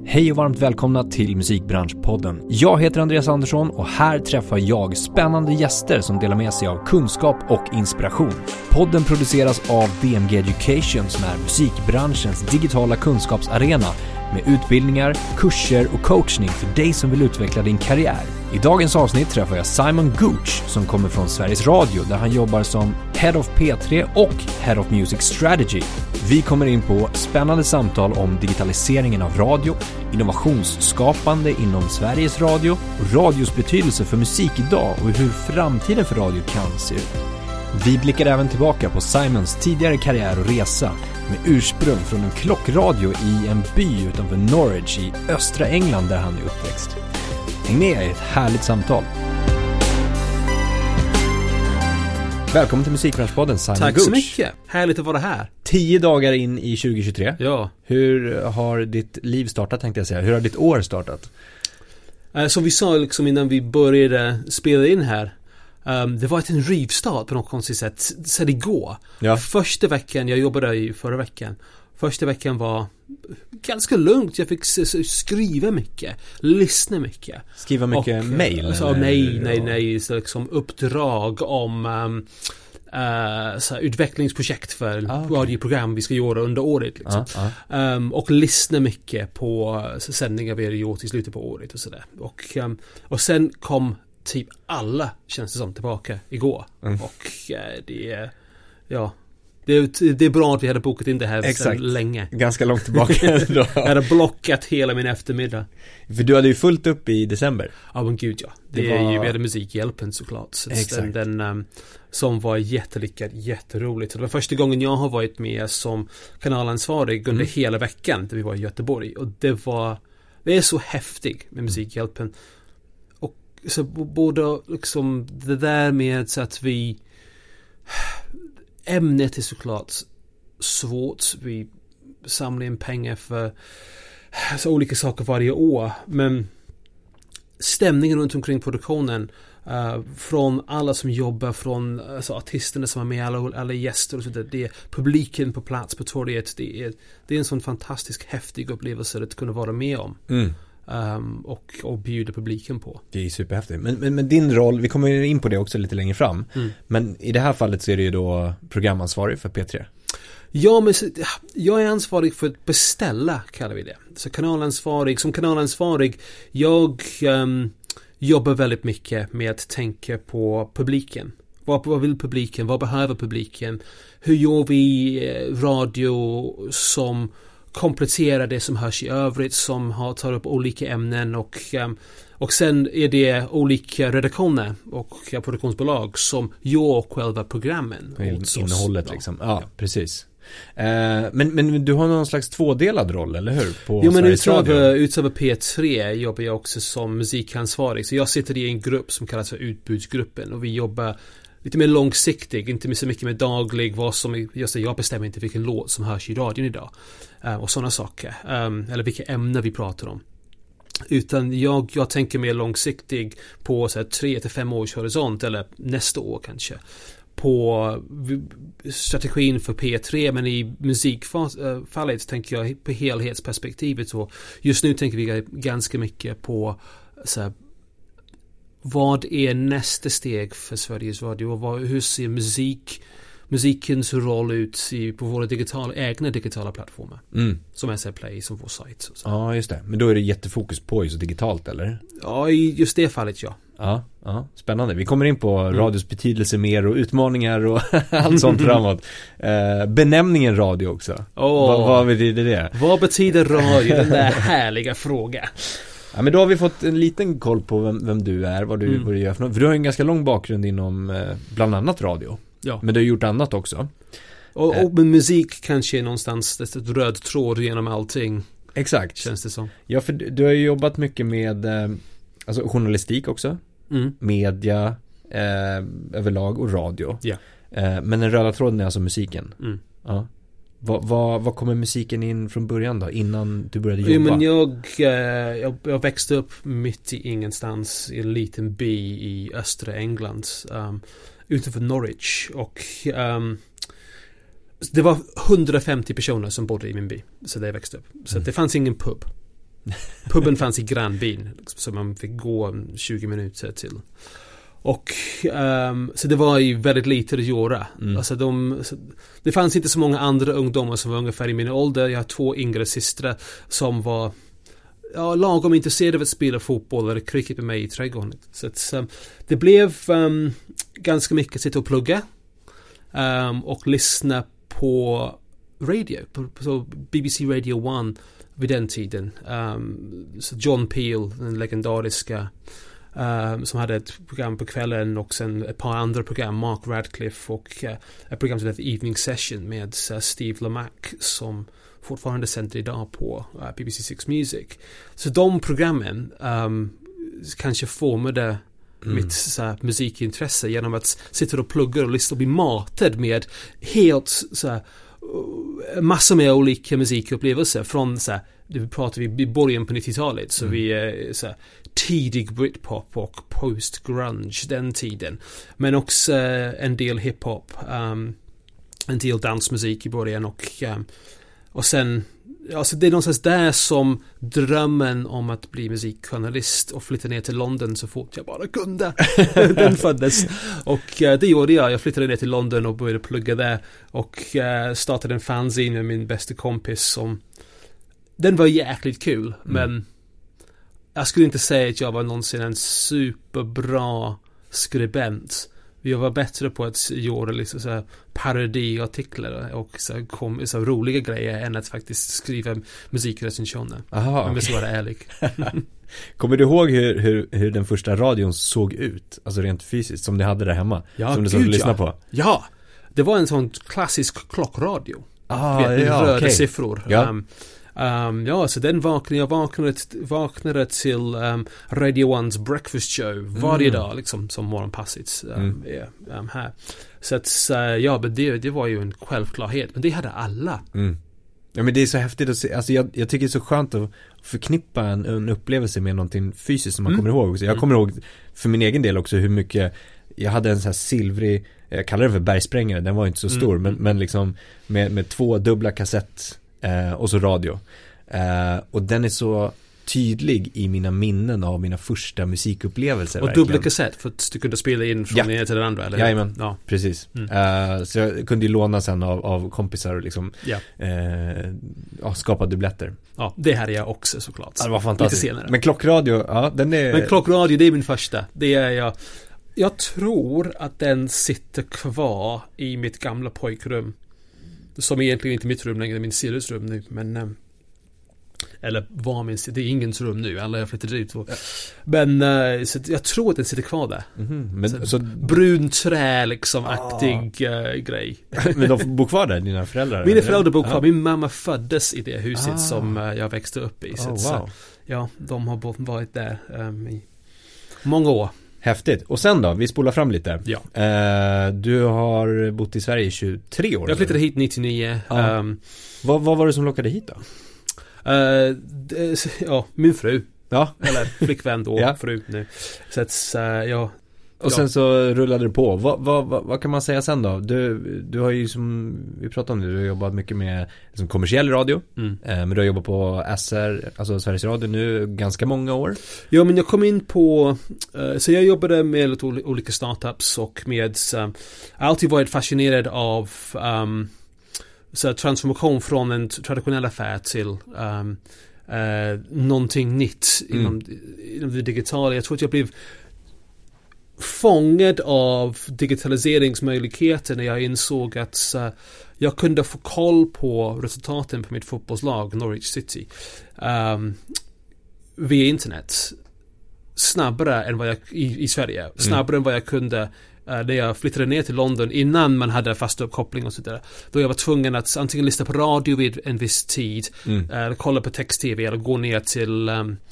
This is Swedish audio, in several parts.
Hej och varmt välkomna till Musikbranschpodden. Jag heter Andreas Andersson och här träffar jag spännande gäster som delar med sig av kunskap och inspiration. Podden produceras av DMG Education som är musikbranschens digitala kunskapsarena med utbildningar, kurser och coachning för dig som vill utveckla din karriär. I dagens avsnitt träffar jag Simon Gooch som kommer från Sveriges Radio där han jobbar som Head of P3 och Head of Music Strategy. Vi kommer in på spännande samtal om digitaliseringen av radio, innovationsskapande inom Sveriges Radio och radios betydelse för musik idag och hur framtiden för radio kan se ut. Vi blickar även tillbaka på Simons tidigare karriär och resa med ursprung från en klockradio i en by utanför Norwich i östra England där han är uppväxt. Häng med i ett härligt samtal. Välkommen till Musikbranschpodden, Simon Gooch. Tack så mycket. Härligt att vara här. 10 dagar in i 2023. Ja. Hur har ditt liv startat, tänkte jag säga? Hur har ditt år startat? Som vi sa liksom innan vi började spela in här. Det var en rivstart på något konstigt sätt. Så det går. Ja. Första veckan, jag jobbade i förra veckan. Första veckan var ganska lugnt. Jag fick skriva mycket, lyssna mycket. Skriva mycket mejl? Alltså, nej. Så liksom uppdrag om så här, utvecklingsprojekt för radioprogram vi ska göra under året. Liksom. Och lyssna mycket på sändningar vi har gjort i slutet på året och sådär. Och sen kom typ alla känns det som tillbaka igår. Och det är bra att vi hade bokat in det här så länge. Ganska långt tillbaka då. Jag hade blockat hela min eftermiddag. För du hade ju fullt upp i december. Ja men gud ja. Vi hade Musikhjälpen såklart. Så den som var jättelyckad, jätteroligt. Det var första gången jag har varit med som kanalansvarig under hela veckan där vi var i Göteborg. Och det är så häftigt med Musikhjälpen. Och så både liksom det där med så att ämnet är såklart svårt. Vi samlar in pengar för så olika saker varje år. Men stämningen runt omkring produktionen från alla som jobbar, från artisterna som är med, alla gäster och så där, det är publiken på plats på torget. Det är en sån fantastisk häftig upplevelse att kunna vara med om. Och bjuda publiken på. Det är superhäftigt. Men din roll, vi kommer in på det också lite längre fram. Men i det här fallet så är det ju då programansvarig för P3. Ja, men jag är ansvarig för att beställa, kallar vi det. Så som kanalansvarig, jag jobbar väldigt mycket med att tänka på publiken. Vad vill publiken? Vad behöver publiken? Hur gör vi radio som kompletterar det som hörs i övrigt, som tar upp olika ämnen och sen är det olika redaktioner och produktionsbolag som gör själva programmen. Innehållet liksom. Ja, precis. Men du har någon slags tvådelad roll, eller hur? Utöver P3 jobbar jag också som musikansvarig. Så jag sitter i en grupp som kallas för utbudsgruppen och vi jobbar lite mer långsiktigt, inte så mycket med daglig, jag bestämmer inte vilken låt som hörs i radion idag och sådana saker, eller vilka ämnen vi pratar om, utan jag tänker mer långsiktigt på 3 till 5 års horisont eller nästa år kanske på strategin för P3, men i musikfallet tänker jag på helhetsperspektivet och just nu tänker vi ganska mycket på vad är nästa steg för Sveriges Radio och hur ser musikens roll ut på våra egna digitala plattformar som SR Play, som vår sajt. Ja, just det. Men då är det jättefokus på just digitalt, eller? Ja, i just det fallet, ja. Ja, spännande. Vi kommer in på radios betydelse mer och utmaningar och allt sånt framåt. Benämningen radio också. Vad betyder det? Vad betyder radio? Den där härliga frågan. Ja, men då har vi fått en liten koll på vem du är, vad du gör för något. För du har en ganska lång bakgrund inom bland annat radio. Ja. Men du har gjort annat också. Och musik kanske är någonstans ett röd tråd genom allting. Exakt. Känns det som. Ja, för du har ju jobbat mycket med journalistik också. Media överlag och radio. Ja. Men den röda tråden är alltså musiken. Ja. Vad kommer musiken in från början då, innan du började jobba? Men jag växte upp mitt i ingenstans i en liten by i östra England, utanför Norwich, och det var 150 personer som bodde i min by så där jag växte upp. Så det fanns ingen pub. Puben fanns i grannbyn, så man fick gå 20 minuter till. Och så det var ju väldigt lite att göra. Alltså det fanns inte så många andra ungdomar som var ungefär i min ålder. Jag har 2 yngre systrar som var lagom intresserade av att spela fotboll eller cricket med mig i trädgården. Så att, det blev ganska mycket sitta och plugga och lyssna på radio, på BBC Radio 1 vid den tiden. Så John Peel, den legendariska, som hade ett program på kvällen och sen ett par andra program, Mark Radcliffe och ett program som heter Evening Session med Steve Lamacq som fortfarande sänder idag på BBC Six Music. Så de programmen kanske formade mitt musikintresse genom att sitta och plugga och lyssna och bli matad med helt massor med olika musikupplevelser från det pratar vi i början på 90-talet, så vi är tidig Britpop och post-grunge den tiden, men också en del hiphop, en del dansmusik i början och sen alltså det är någonstans där som drömmen om att bli musikjournalist och flytta ner till London så fort jag bara kunde den föddes, och det gjorde jag flyttade ner till London och började plugga där och startade en fanzine med min bästa kompis som den var jäkligt kul, men jag skulle inte säga att jag var någonsin en superbra skribent. Jag var bättre på att göra liksom så parodiartiklar och så roliga grejer än att faktiskt skriva musikrecensioner. Om jag ska vara ärlig. Kommer du ihåg hur den första radion såg ut? Alltså rent fysiskt, som ni hade där hemma? Som du lyssna på? Ja, det var en sån klassisk klockradio. Röda siffror. Så den vaknade till Radio 1's breakfast show varje dag liksom, som morgonpasset här. Så att men det var ju en självklarhet, men det hade alla. Ja, men det är så häftigt att se. Alltså jag tycker det är så skönt att förknippa en upplevelse med någonting fysiskt som man kommer ihåg också. Jag kommer ihåg för min egen del också hur mycket jag hade en sån här silvrig, jag kallar det för bergsprängare, den var inte så stor, men liksom med 2 dubbla kassett och så radio. Och den är så tydlig i mina minnen av mina första musikupplevelser. Och dubbla kassett för att du kunde spela in från den ena till den andra, eller? Jajamän, precis. Så jag kunde ju låna sen av kompisar och liksom skapa dubbletter. Ja, det här är jag också såklart. Det var fantastiskt. Lite senare. Men klockradio, den är... Men klockradio, det är min första. Det är jag tror att den sitter kvar i mitt gamla pojkrum. Som egentligen inte mitt rum längre, min syrras rum nu, men eller var min, det är ingens rum nu, alla har flyttat ut. Men så jag tror att den sitter kvar där. Men så brun trä liksom aktig grej. Men de bor kvar där, dina föräldrar? Mina föräldrar bor kvar. Min mamma föddes i det huset som jag växte upp i. Så de har varit där i många år. Häftigt. Och sen då, vi spolar fram lite. Ja. Du har bott i Sverige i 23 år. Jag flyttade hit 99. Vad var det som lockade hit då? Min fru. Ja. Eller flickvän då, fru nu. Så att, Och sen så rullade det på. Vad kan man säga sen då? Du har ju, som vi pratade om det, du har jobbat mycket med liksom kommersiell radio. Men du har jobbat på SR, alltså Sveriges Radio nu ganska många år. Ja, men jag kom in på så jag jobbade med lite olika startups och med jag har alltid varit fascinerad av så transformation från en traditionell affär till någonting nytt inom det digitala. Jag tror att jag blev fångad av digitaliseringsmöjligheter när jag insåg att jag kunde få koll på resultaten på mitt fotbollslag Norwich City via internet snabbare än vad jag i Sverige, snabbare än vad jag kunde när jag flyttade ner till London innan man hade fast uppkoppling och sådär. Då jag var tvungen att antingen lyssna på radio vid en viss tid eller kolla på text-tv eller gå ner till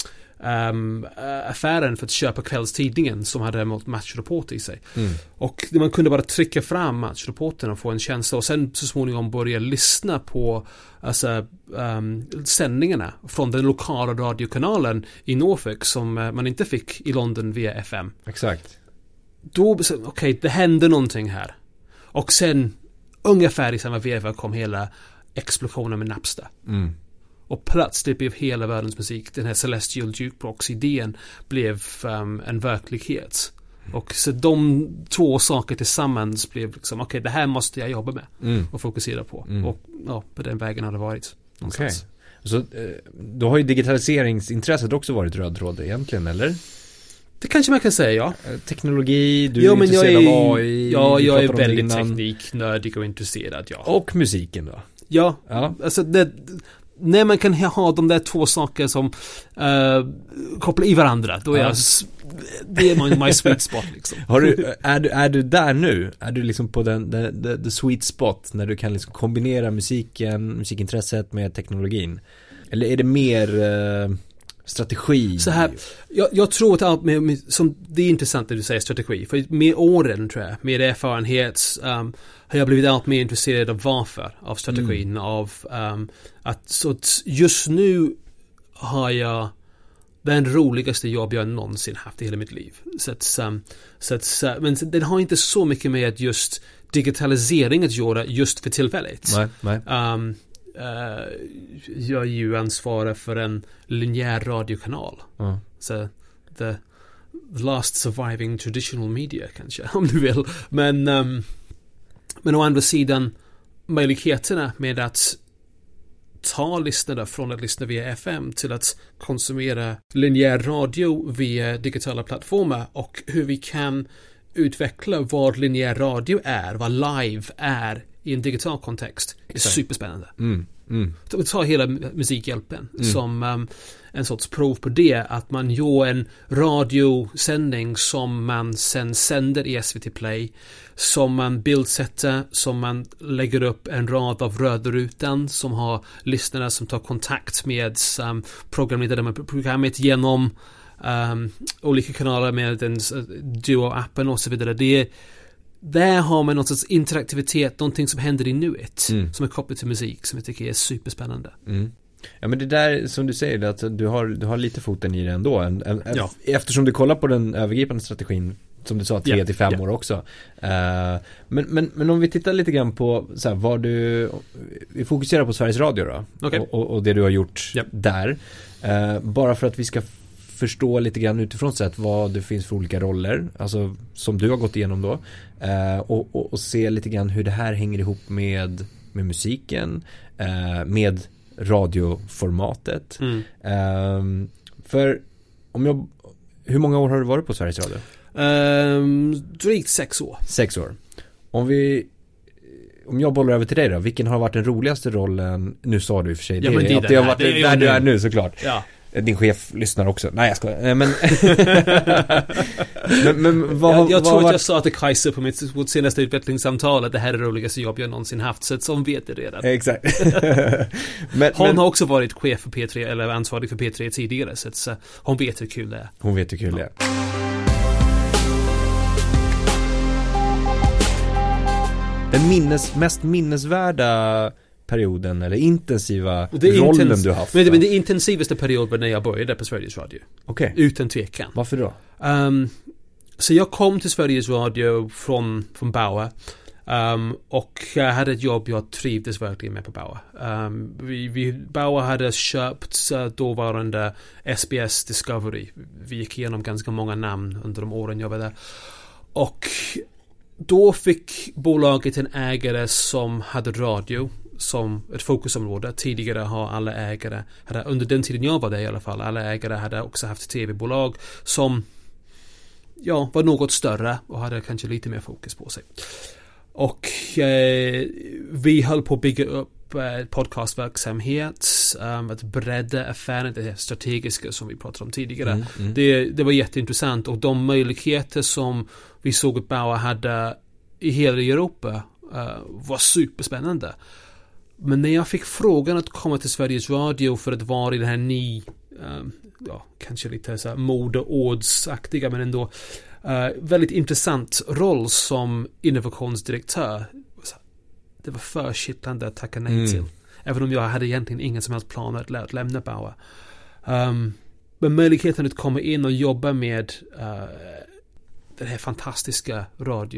affären för att köpa kvällstidningen som hade matchrapport i sig. Och man kunde bara trycka fram matchrapporten och få en känsla och sen så småningom börja lyssna på sändningarna från den lokala radiokanalen i Norfolk som man inte fick i London via FM. Exakt. Då, det hände någonting här. Och sen ungefär i samma veva kom hela explosionen med Napster. Och plötsligt blev hela världens musik, den här Celestial Jukebox-idén blev en verklighet. Och så de två saker tillsammans blev liksom, okej, det här måste jag jobba med och fokusera på. Och ja, på den vägen har det varit. Okej. Så då har ju digitaliseringsintresset också varit röd tråd egentligen, eller? Det kanske man kan säga, ja. Teknologi, du är intresserad av AI. Ja, jag är väldigt tekniknördig och intresserad, ja. Och musiken då? Ja. Alltså när man kan ha de där två saker som kopplar i varandra, då är det är my sweet spot liksom. Är du där nu? Är du liksom på the sweet spot när du kan liksom kombinera musikintresset med teknologin? Eller är det mer strategi? Så här, jag tror att allt med som det är intressant att du säger strategi, för med åren tror jag, med erfarenhet har jag blivit allt mer intresserad av varför, av strategin, av så just nu har jag den roligaste jobb jag någonsin haft i hela mitt liv. Men den har inte så mycket med att just digitalisering att göra just för tillfället. Nej. Jag är ju ansvarig för en linjär radiokanal. Så the last surviving traditional media kanske, om du vill. Men å andra sidan möjligheterna med att ta lyssnare från att lyssna via FM till att konsumera linjär radio via digitala plattformar, och hur vi kan utveckla vad linjär radio är, vad live är i en digital kontext. Det är superspännande. Ta hela Musikhjälpen som en sorts prov på det, att man gör en radiosändning som man sen sänder i SVT Play, som man bildsätter, som man lägger upp en rad av rödrutan som har lyssnare som tar kontakt med programmet genom olika kanaler med den Duo-appen och så vidare. Där har man någon sorts interaktivitet, någonting som händer i nuet som är kopplat till musik, som jag tycker är superspännande. Ja, men det där som du säger, att du har lite foten i det ändå. Eftersom du kollar på den övergripande strategin, som du sa, 3-5 år också. Men om vi tittar lite grann på så här, vi fokuserar på Sveriges Radio då. Okay. Och det du har gjort där. Bara för att vi ska förstå lite grann utifrån sett vad det finns för olika roller, alltså som du har gått igenom då, och se lite grann hur det här hänger ihop med musiken, med radioformatet. För hur många år har du varit på Sveriges Radio? Drygt 6 år. 6 år. Om jag bollar över till dig då, vilken har varit den roligaste rollen? Nu sa du i och för sig det har varit där du är nu, såklart. Ja. Din chef lyssnar också. Nej, jag skojar. Men jag tror att jag sa till Kajsa på mitt senaste utvecklingssamtal att det här är det roligaste jobb jag någonsin haft, så som vet det redan. Exakt. Hon har också varit chef för P3, eller ansvarig för P3 tidigare, så hon vet hur kul det är. Den mest minnesvärda perioden eller intensiva rollen du har haft? Men det intensivaste perioden var när jag började på Sveriges Radio. Okay. Utan tvekan. Varför då? Så jag kom till Sveriges Radio från Bauer. Och jag hade ett jobb jag trivdes verkligen med på Bauer. Bauer hade köpt dåvarande SBS Discovery. Vi gick igenom ganska många namn under de åren jag var där. Och då fick bolaget en ägare som hade radio som ett fokusområde. Tidigare har alla ägare, under den tiden jag var där i alla fall, alla ägare hade också haft tv-bolag som var något större och hade kanske lite mer fokus på sig. Och vi höll på att bygga upp podcastverksamhet, att bredda affären, det strategiska som vi pratade om tidigare. Det var jätteintressant, och de möjligheter som vi såg att Bauer hade i hela Europa var superspännande. Men när jag fick frågan att komma till Sveriges Radio för att vara i den här kanske lite så här modeordsaktiga, men ändå väldigt intressant roll som innovationsdirektör, det var för kittlande att tacka nej till. Även om jag hade egentligen ingen som helst planer att lämna Bauer. Men möjligheten att komma in och jobba med det här fantastiska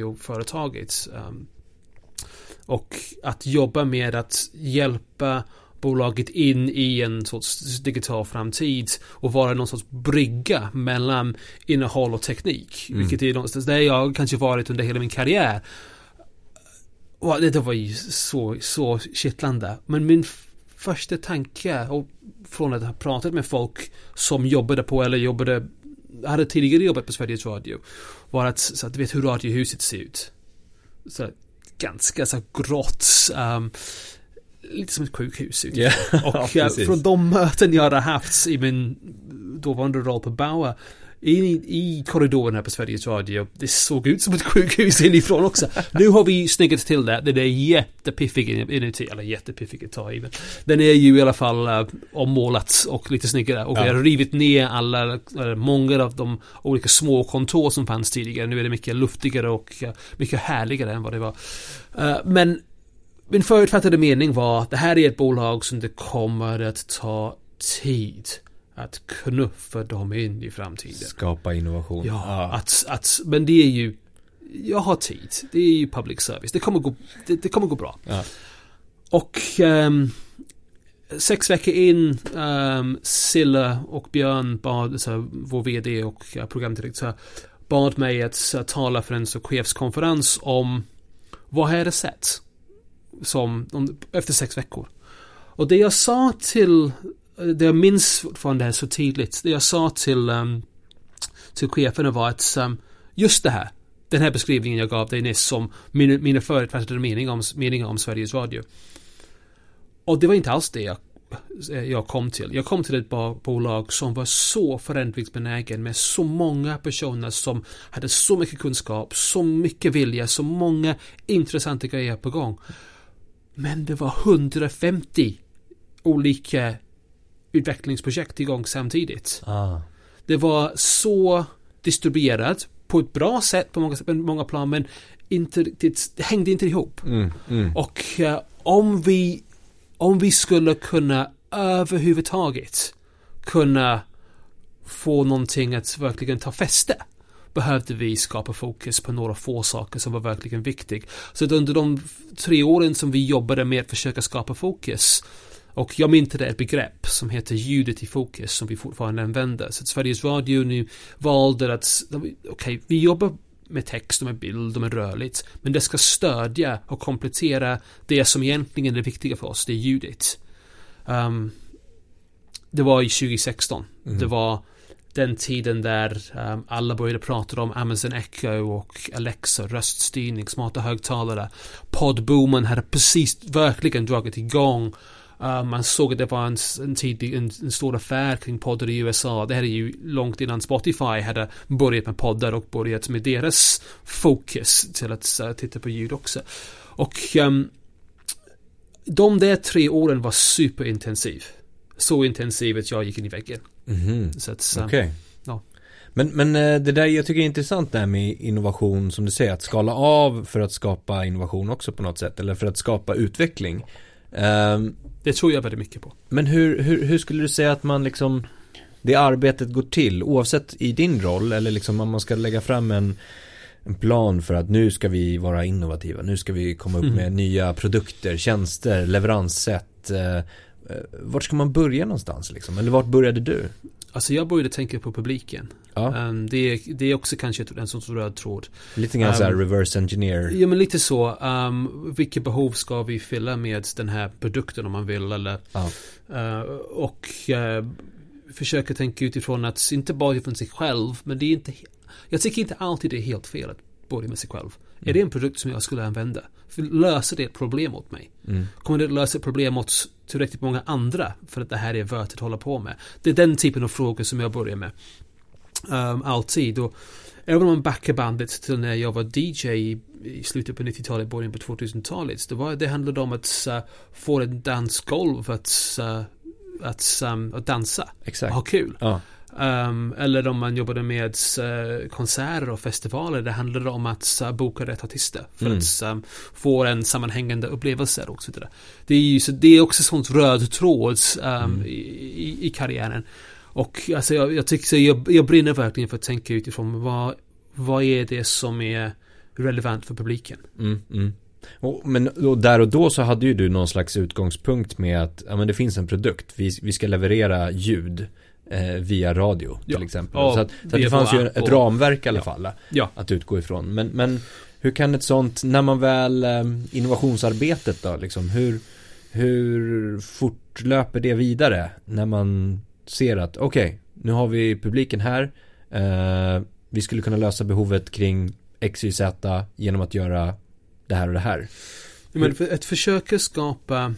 radioföretaget, och att jobba med att hjälpa bolaget in i en sorts digital framtid och vara någon sorts brygga mellan innehåll och teknik. Vilket är någonstans där jag kanske varit under hela min karriär. Och det var ju så kittlande. Men min första tanke, och från att ha pratat med folk som jobbade på eller hade tidigare jobbat på Sveriges Radio, var att, så att du vet hur radiohuset ser ut. Så ganska så grått, lite som ett sjukhus ut. Yeah. Och från de möten jag hade haft i min dåvarande roll på Bauer i korridoren här på Sveriges Radio, det såg ut som ett sjukhus inifrån också. Nu har vi snyggat till det. Den är jättepiffig inuti, eller jättepiffig att ta i, men den är ju i alla fall ommålat och lite snyggare, och vi har rivit ner många av de olika små kontor som fanns tidigare. Nu är det mycket luftigare och mycket härligare än vad det var. Men min förutfattade mening var att det här är ett bolag som det kommer att ta tid att knuffa dem in i framtiden. Skapa innovation. Ja, men det är ju, jag har tid. Det är ju public service. Det kommer gå bra. Ja. Och 6 veckor in, Silla och Björn bad, så vår vd och programdirektör, bad mig att tala för en chefskonferens om vad jag hade sett efter 6 veckor. Och det jag sa till, det jag minns från det här så tydligt, det jag sa till cheferna var att just det här, den här beskrivningen jag gav dig nyss som mina förutfattade meningar om Sveriges Radio. Och det var inte alls det jag kom till. Jag kom till ett bolag som var så förändringsbenägen, med så många personer som hade så mycket kunskap, så mycket vilja, så många intressanta grejer på gång. Men det var 150 olika utvecklingsprojekt igång samtidigt. Det var så distribuerat på ett bra sätt på många plan, men det hängde inte ihop. Och om vi skulle kunna överhuvudtaget kunna få någonting att verkligen ta fäste, behövde vi skapa fokus på några få saker som var verkligen viktiga. Så att under de 3 åren som vi jobbade med att försöka skapa fokus, och jag mynte ett begrepp som heter ljudet i fokus, som vi fortfarande använder. Så att Sveriges Radio nu valde att vi jobbar med text och med bild och med rörligt, men det ska stödja och komplettera det som egentligen är viktiga för oss, det är ljudet. Det var i 2016. Det var den tiden där alla började prata om Amazon Echo och Alexa, röststyrning, smarta högtalare. Poddboomen hade precis verkligen dragit igång. Man såg att det var en stor affär kring poddar i USA. Det här är ju långt innan Spotify hade börjat med poddar och börjat med deras fokus till att titta på ljud också. Och de där 3 åren var superintensiv. Så intensiv att jag gick in i väggen. Så att, okej. Ja. Men det där jag tycker är intressant där med innovation, som du säger, att skala av för att skapa innovation också på något sätt, eller för att skapa utveckling. Det tror jag väldigt mycket på. Men hur skulle du säga att man liksom, det arbetet går till, oavsett i din roll, eller liksom om man ska lägga fram en plan för att nu ska vi vara innovativa, nu ska vi komma upp med nya produkter, tjänster, leveranssätt. Vart ska man börja någonstans liksom? Eller vart började du? Alltså jag började tänka på publiken. Ja. Det är också kanske en sån röd tråd. Lite grann så här reverse engineer. Ja, men lite så. Vilka behov ska vi fylla med den här produkten, om man vill, eller och försöka tänka utifrån att inte bara utifrån sig själv, men det är inte, jag tycker inte alltid det är helt fel att börja med sig själv. Är det en produkt som jag skulle använda? Löser det ett problem åt mig? Kommer det lösa ett problem åt tillräckligt många andra för att det här är värt att hålla på med? Det är den typen av frågor som jag börjar med. Alltid. Och även om man backar bandet till när jag var DJ i slutet på 90-talet, början på 2000-talet, det handlade om att få en dansgolv att dansa. Exakt. Och ha kul. Ja. Eller om man jobbade med konserter och festivaler, det handlade om att boka rätt artister för att få en sammanhängande upplevelse och så vidare. Det är också sånt röd tråd i karriären. Och alltså jag tycker jag brinner verkligen för att tänka utifrån vad är det som är relevant för publiken. Men där och då så hade ju du någon slags utgångspunkt med att men det finns en produkt. Vi ska leverera ljud via radio till exempel. Så att det fanns ju ett ramverk i alla fall att utgå ifrån. Men hur kan ett sånt, när man väl innovationsarbetet då liksom, hur fortlöper det vidare när man ser att okej, nu har vi publiken här, vi skulle kunna lösa behovet kring X, Y, Z genom att göra det här och det här. Men att försöka skapa,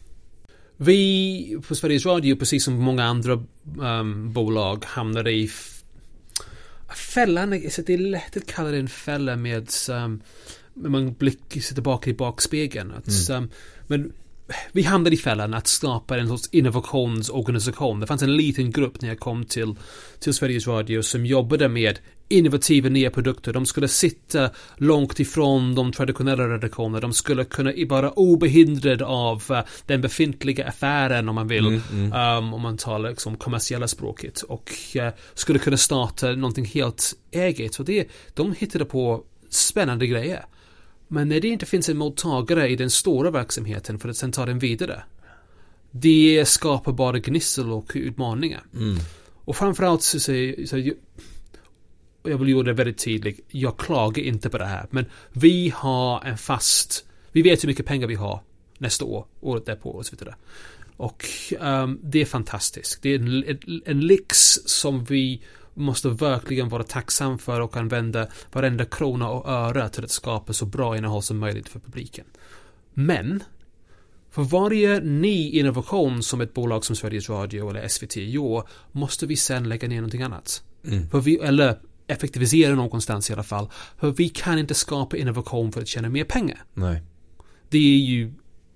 vi på Sveriges Radio, precis som många andra bolag, hamnar i fällan. Så det är lätt att kalla det en fälla med man sitter tillbaka i bakspegeln. Men vi hamnade i fällan att skapa en sorts innovationsorganisation. Det fanns en liten grupp när jag kom till Sveriges Radio som jobbade med innovativa nya produkter. De skulle sitta långt ifrån de traditionella redaktionerna. De skulle kunna vara obehindrade av den befintliga affären, om man vill, om man talar liksom kommersiella språket, och skulle kunna starta någonting helt eget. Så de hittade på spännande grejer. Men när det inte finns en mottagare i den stora verksamheten för att sen ta den vidare, det skapar bara gnissel och utmaningar. Och framförallt så jag vill göra det väldigt tydligt, jag klagar inte på det här, men vi har vi vet hur mycket pengar vi har nästa år, året därpå och så vidare. Och det är fantastiskt. Det är en lyx som vi måste verkligen vara tacksam för och använda varenda krona och öra till att skapa så bra innehåll som möjligt för publiken. Men för varje ny innovation som ett bolag som Sveriges Radio eller SVT gör, måste vi sen lägga ner någonting annat. Eller effektivisera någonstans i alla fall. För vi kan inte skapa innovation för att tjäna mer pengar. Nej. Det är ju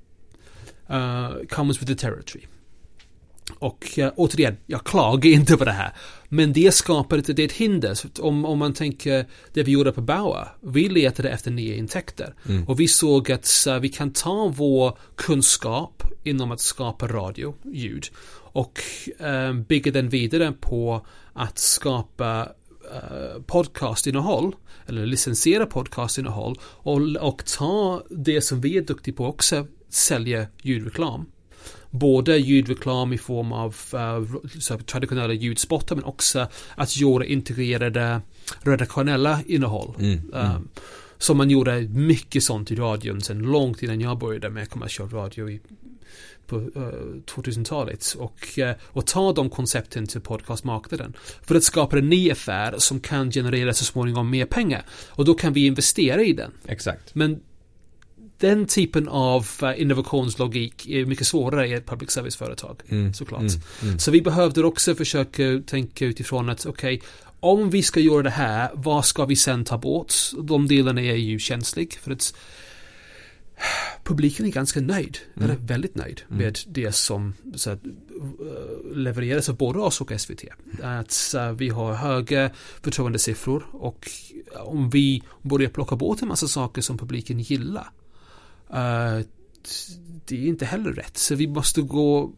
comes with the territory. Och återigen, jag klagar inte på det här, men det skapar det är ett hinder. Så om man tänker det vi gjorde på Bauer, vi letade efter nya intäkter och vi såg att vi kan ta vår kunskap inom att skapa radioljud och bygga den vidare på att skapa podcastinnehåll eller licensiera podcastinnehåll och ta det som vi är duktiga på också, sälja ljudreklam. Både ljudreklam i form av traditionella ljudspottar, men också att göra integrerade redaktionella innehåll. Som man gjorde mycket sånt i radion sen långt innan jag började med kommersiell radio på 2000-talet, och ta de koncepten till podcastmarknaden för att skapa en ny affär som kan generera så småningom mer pengar, och då kan vi investera i den. Exakt. Men den typen av innovationslogik är mycket svårare i ett public service-företag, såklart. Så vi behövde också försöka tänka utifrån att om vi ska göra det här, vad ska vi sen ta bort? De delarna är ju känslig, för att publiken är ganska nöjd, eller väldigt nöjd med det som levereras av både oss och SVT. Att vi har höga förtroendesiffror, och om vi börjar plocka bort en massa saker som publiken gillar, det är inte heller rätt. Så vi måste gå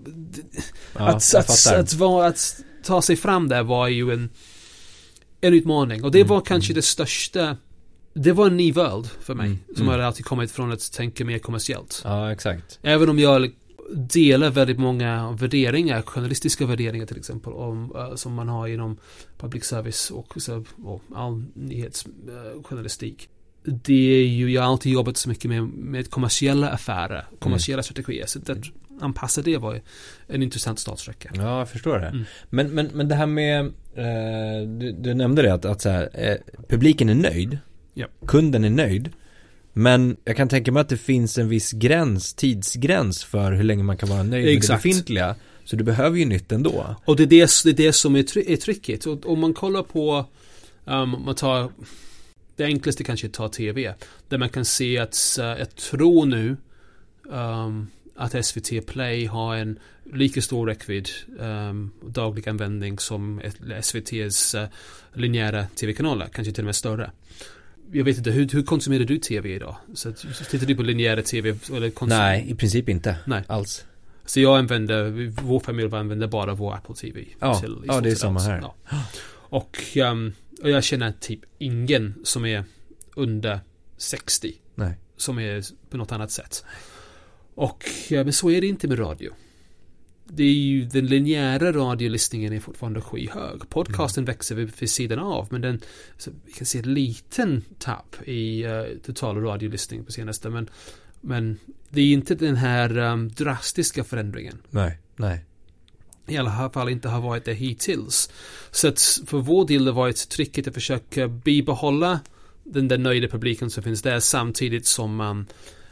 att ta sig fram där var ju en utmaning, och det var kanske det största. Det var en ny värld för mig som hade alltid kommit från att tänka mer kommersiellt. Ja, exakt. Även om jag delar väldigt många värderingar, journalistiska värderingar till exempel, som man har inom public service och all nyhetsjournalistik. Det är ju, jag har alltid jobbat så mycket med kommersiella affärer, kommersiella strategier, så att anpassa det var en intressant startsträcka. Ja, jag förstår det. Men det här med du nämnde det att så här, publiken är nöjd, kunden är nöjd, men jag kan tänka mig att det finns en viss tidsgräns för hur länge man kan vara nöjd med det befintliga, så du behöver ju nytt ändå. Och det är det som är tricket. Och om man kollar på man tar det enklaste kanske att ta TV, där man kan se att jag tror nu att SVT Play har en lika stor räckvidd daglig användning som SVT:s linjära TV-kanaler, kanske till och med större. Jag vet inte, hur konsumerar du TV idag? Så tittar du på linjära TV? Eller nej, i princip inte. Nej. Alls. Så vår familj använder bara vår Apple TV. Ja, det är samma här. Ja. Och jag känner typ ingen som är under 60 som är på något annat sätt. Och men så är det inte med radio. Det är ju den linjära radiolyssningen är fortfarande skyhög. Podcasten växer vid sidan av, men vi kan se en liten tapp i total radiolyssning på senaste, men det är inte den här drastiska förändringen. Nej. I alla fall inte har varit det hittills. Så att för vår del har det varit tricket att försöka bibehålla den där nöjda publiken som finns där, samtidigt som man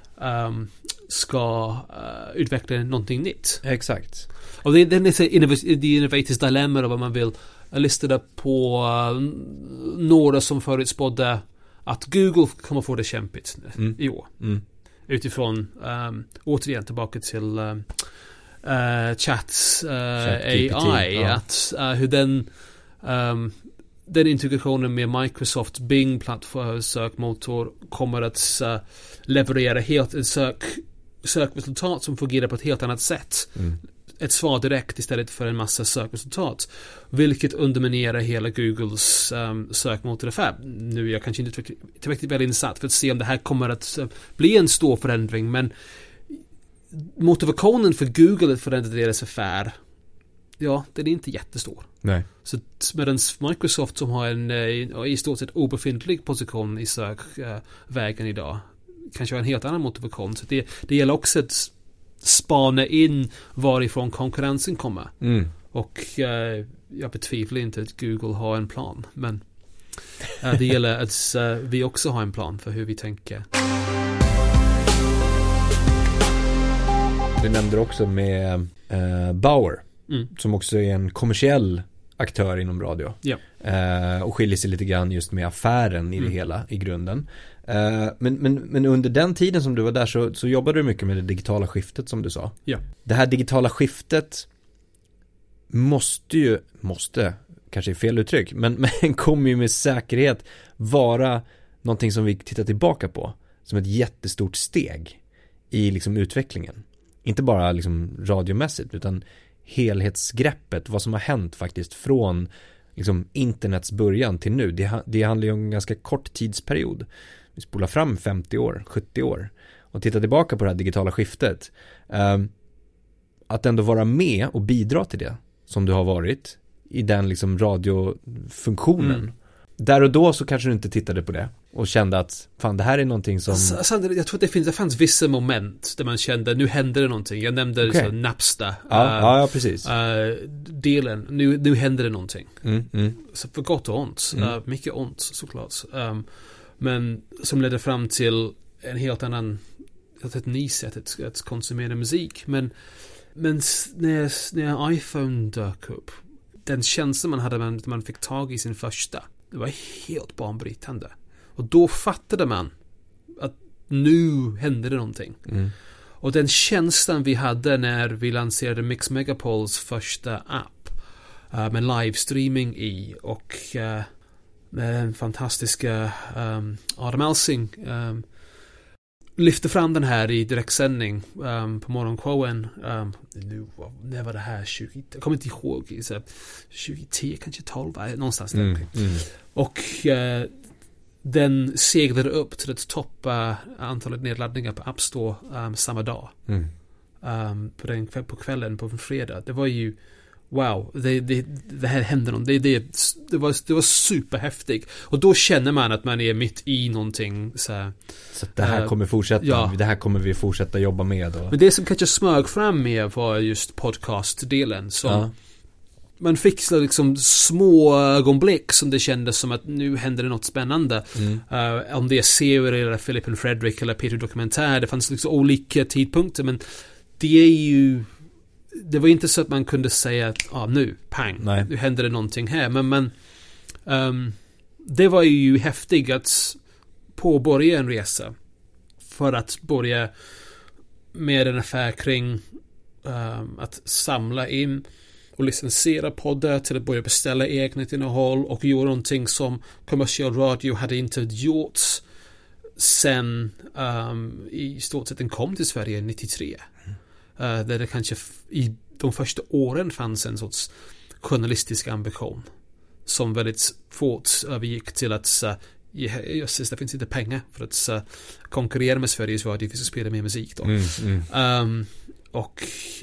ska utveckla någonting nytt. Exakt. Och det är the innovators dilemma, vad man vill lista på några som förutspådde att Google kommer få det kämpigt i år. Utifrån återigen tillbaka till Chat AI, att hur den integrationen med Microsoft Bing-plattform sökmotor kommer att leverera helt ett sökresultat som fungerar på ett helt annat sätt. Ett svar direkt istället för en massa sökresultat, vilket underminerar hela Googles sökmotoraffär. Nu är jag kanske inte tillräckligt väl insatt för att se om det här kommer att bli en stor förändring, men motivationen för Google att förändra deras affär, ja, den är inte jättestor. Nej. Så medan Microsoft, som har en i stort sett obefintlig position i sökvägen idag, kanske har en helt annan motivation. Så det gäller också att spana in varifrån konkurrensen kommer. Och jag betvivlar inte att Google har en plan, men det gäller att vi också har en plan för hur vi tänker. Du nämnde också med Bauer, som också är en kommersiell aktör inom radio. Och skiljer sig lite grann just med affären i det hela i grunden. Men under den tiden som du var där så jobbade du mycket med det digitala skiftet, som du sa. Det här digitala skiftet måste, kanske är fel uttryck, men kommer ju med säkerhet vara någonting som vi tittar tillbaka på som ett jättestort steg i liksom utvecklingen. Inte bara liksom radiomässigt, utan helhetsgreppet, vad som har hänt faktiskt från liksom internets början till nu. Det handlar ju om en ganska kort tidsperiod. Vi spolar fram 50 år, 70 år och tittar tillbaka på det här digitala skiftet. Att ändå vara med och bidra till det som du har varit i den liksom radiofunktionen. Där och då så kanske du inte tittade på det och kände att fan, det här är någonting som... Jag tror att det fanns vissa moment där man kände, nu händer det någonting. Jag nämnde så Napster. Ja, precis. Delen, nu händer det någonting. Så för gott och ont. Mycket ont, såklart. Men som ledde fram till en helt annan, ett nytt sätt att konsumera musik. Men när iPhone dök upp, den känslan man hade när man fick tag i sin första, det var helt banbrytande. Och då fattade man att nu hände det någonting. Och den känslan vi hade när vi lanserade Mix Megapols första app med livestreaming i, och med den fantastiska Adam Alsing lyfte fram den här i direktsändning på morgonshowen. När var det här? Jag kommer inte ihåg. 2010, kanske 12, någonstans där. Och den seglade upp till att toppa antalet nedladdningar på App Store samma dag. På kvällen på en fredag. Det var ju wow, det här hände något. Det var superhäftigt. Och då känner man att man är mitt i någonting så det här kommer fortsätta. Det här kommer vi fortsätta jobba med. Men det som kanske smög fram med var just podcast-delen. Så man fick liksom små ögonblick som det kändes som att nu händer det något spännande. Om det är serie eller Philip and Fredrik eller Peter Dokumentär, det fanns liksom olika tidpunkter, men det var inte så att man kunde säga att nu, pang, nu händer det någonting här. Men det var ju häftigt att påbörja en resa för att börja med en affär kring att samla in och licensiera poddar till att börja beställa eget innehåll och göra någonting som kommersiell radio hade inte gjort sen i stort sett den kom till Sverige 93. Där det kanske i de första åren fanns en sorts journalistisk ambition som väldigt fort övergick till att det finns inte pengar för att konkurrera med Sveriges Radio, vi ska spela mer musik då. Och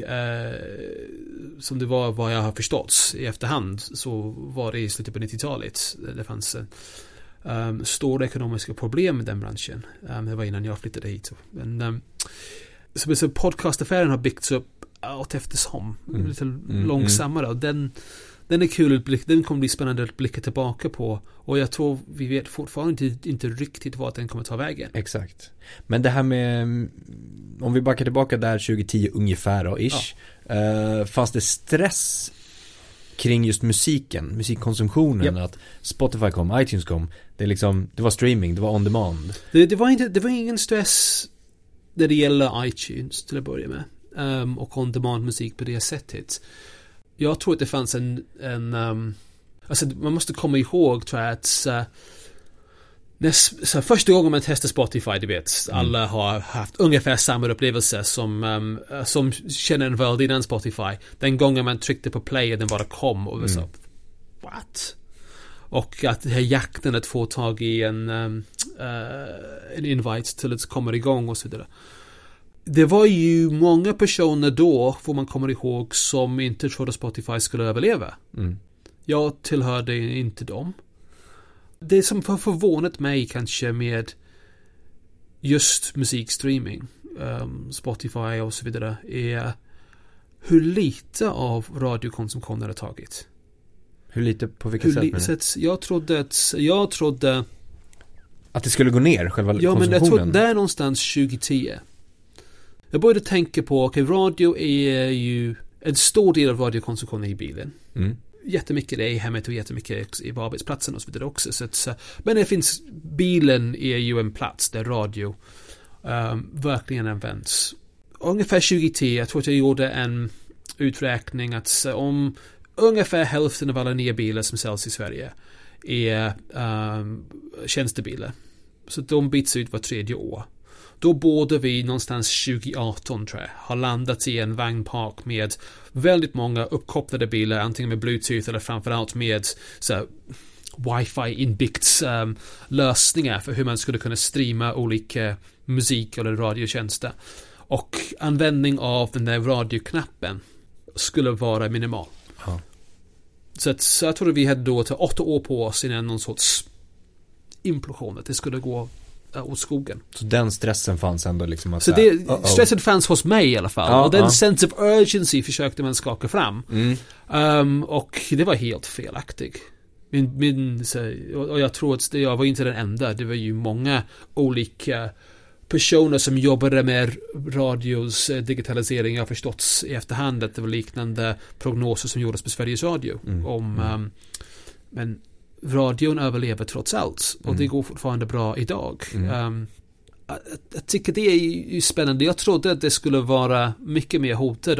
som det var vad jag har förstått i efterhand, så var det i slutet på 90-talet det fanns stora ekonomiska problem med den branschen. Det var innan jag flyttade hit. Men så podcastaffären har byggts upp allt eftersom, lite långsammare, och den är kul att blicka, den kommer bli spännande att blicka tillbaka på, och jag tror vi vet fortfarande inte riktigt vad den kommer ta vägen. Exakt. Men det här med, om vi backar tillbaka där 2010 ungefär då, ish, fanns det stress kring just musikkonsumtionen, att Spotify kom, iTunes kom, det var streaming, det var on demand. Det var ingen stress när det gäller iTunes till att börja med, och on demand musik på det sättet. Jag tror att det fanns alltså man måste komma ihåg, tror jag, att första gången man testar Spotify, du vet, alla har haft ungefär samma upplevelse som känner en värld innan Spotify. Den gången man tryckte på play och den bara kom och så, what? Och att det här jakten att få tag i en invite till att komma igång och så vidare. Det var ju många personer då, får man komma ihåg, som inte trodde Spotify skulle överleva. Jag tillhörde inte dem. Det som har förvånat mig kanske med just musikstreaming, Spotify och så vidare, är hur lite av radiokonsumtionen har tagit. Hur lite, på vilket sätt? Jag trodde att det skulle gå ner, själva konsumtionen. Men jag trodde där någonstans 2010. Jag började tänka på, radio är ju en stor del av radiokonsumtionen i bilen. Jättemycket det är i hemmet och jättemycket i arbetsplatsen och så vidare också. Men det finns, bilen är ju en plats där radio verkligen används. Ungefär 2010, jag tror att jag gjorde en uträkning att om ungefär hälften av alla nya bilar som säljs i Sverige är tjänstebilar. Så de byts ut var 3:e år. Då borde vi någonstans 2018, tror jag, ha landat i en vagnpark med väldigt många uppkopplade bilar, antingen med Bluetooth eller framförallt med wifi inbyggt lösningar för hur man skulle kunna streama olika musik eller radiotjänster. Och användning av den där radioknappen skulle vara minimal. Så jag tror att vi hade då 8 år på oss innan någon sorts implosion, att det skulle gå åt skogen. Så den stressen fanns ändå liksom att så stressen fanns hos mig i alla fall, och den sense of urgency försökte man skaka fram. Och det var helt felaktig. Och jag tror att jag var inte den enda. Det var ju många olika personer som jobbade med radios digitalisering. Jag har förstått i efterhand att det var liknande prognoser som gjordes på Sveriges Radio men radion överlever trots allt, och det går fortfarande bra idag. Jag tycker det är ju spännande. Jag trodde att det skulle vara mycket mer hotad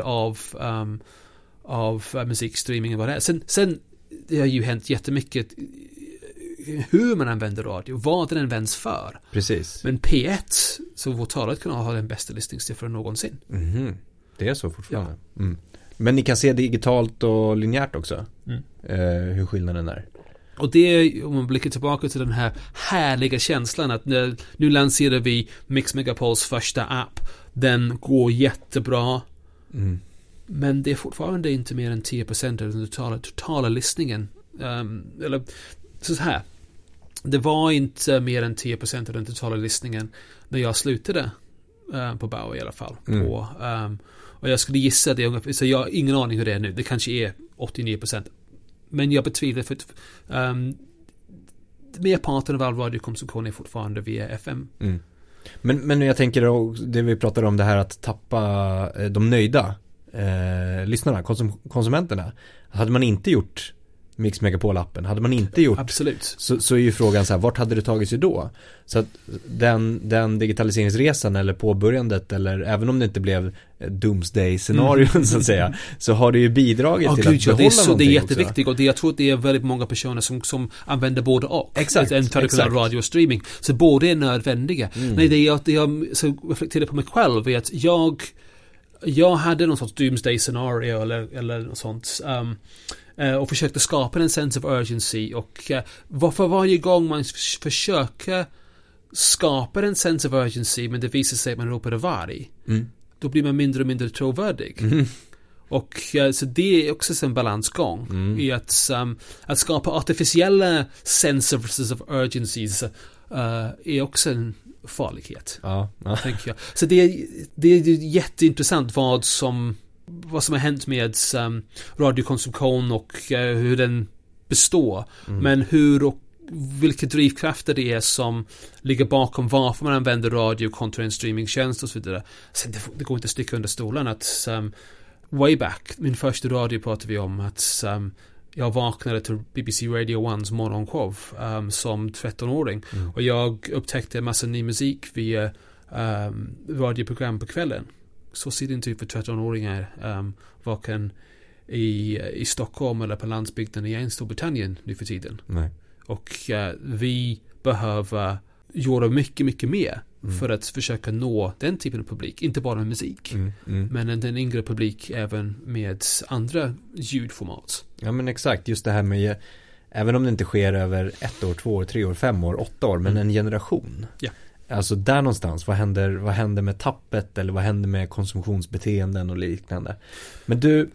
av musikstreaming än vad det är. Sen det har ju hänt jättemycket hur man använder radio, vad den används för. Precis. Men P1, så vår talet kan ha den bästa listningssiffran någonsin. Det är så fortfarande. Men ni kan se digitalt och linjärt också. Hur skillnaden är. Och det är, om man blickar tillbaka till den här härliga känslan att nu lanserar vi Mix Megapols första app. Den går jättebra. Men det är fortfarande inte mer än 10% av den totala listningen. Eller så här. Det var inte mer än 10% av den totala listningen när jag slutade på Bauer i alla fall. Och jag skulle gissa det ungefär, så jag har ingen aning hur det är nu. Det kanske är 89%. Men jag betvivlar för att merparten av all radiokonsumtion är fortfarande via FM. Men jag tänker då, det vi pratar om, det här att tappa de nöjda lyssnarna, konsumenterna. Hade man inte gjort Mix Megapol-appen, hade man inte gjort, absolut, så är ju frågan så här, vart hade det tagit sig då? Så att den digitaliseringsresan eller påbörjandet, eller även om det inte blev doomsday-scenarion så att säga, så har det ju bidragit till att behålla någonting. Det är jätteviktigt, och jag tror att det är väldigt många personer som använder både och. Exakt. En traditionell radiostreaming. Så båda är nödvändiga. Nej, det jag så reflekterar på mig själv är att jag hade någon sorts doomsday scenario eller något sånt. Och försökte skapa en sense of urgency. Och för varje gång man försöker skapa en sense of urgency, men det visar sig att man ropar varg, då blir man mindre och mindre trovärdig. Och så det är också en balansgång i att skapa artificiella senses of urgencies är också en farlighet. Tänker jag. Så det är jätteintressant vad som har hänt med radiokonsumtion och hur den består. Men hur och vilka drivkrafter det är som ligger bakom varför man använder radio kontra en streamingtjänst och så vidare. Sen det går inte att sticka under stolen att way back, min första radio pratade vi om att jag vaknade till BBC Radio 1s morgonshow som 13-åring och jag upptäckte en massa ny musik via radioprogram på kvällen. Så ser det inte ut för 13-åringar varken i Stockholm eller på landsbygden i Storbritannien nu för tiden. Nej. Och vi behöver göra mycket, mycket mer för att försöka nå den typen av publik. Inte bara med musik, men den yngre publik även med andra ljudformat. Ja, men exakt. Just det här med, även om det inte sker över 1 år, 2 år, 3 år, 5 år, 8 år, men en generation. Ja. Alltså där någonstans, vad händer med tappet eller vad händer med konsumtionsbeteenden och liknande. Men du,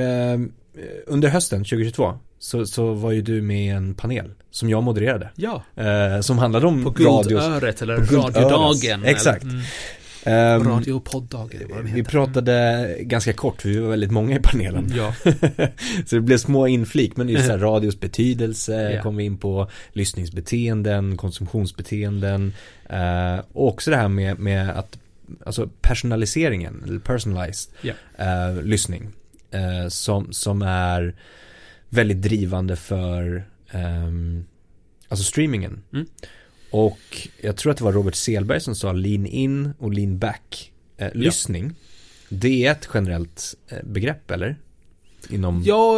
under hösten 2022 så var ju du med i en panel som jag modererade. Ja. Som handlade om på Guldöret eller radiodagen. Exakt. Radiopoddagen. Vi pratade ganska kort, vi var väldigt många i panelen. Ja. Så det blev små inflik, men just så här, radios betydelse, kom vi in på lyssningsbeteenden, konsumtionsbeteenden och också det här med att alltså personaliseringen eller personalized lyssning som är väldigt drivande för alltså streamingen. Och jag tror att det var Robert Selberg som sa lean in och lean back lyssning. Det är ett generellt begrepp, eller? Inom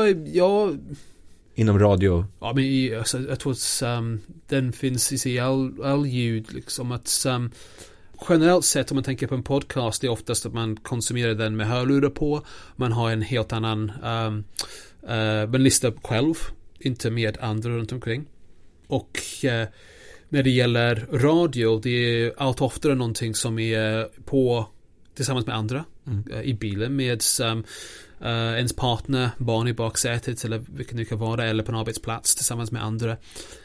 inom radio. Ja, men jag tror att den finns i all ljud liksom att generellt sett om man tänker på en podcast, det är oftast att man konsumerar den med hörlurar på. Man har en helt annan man listar själv, inte med andra runt omkring. Och när det gäller radio, det är allt oftare någonting som är på tillsammans med andra i bilen med ens partner, barn i baksätet eller vilket det kan vara, eller på en arbetsplats tillsammans med andra.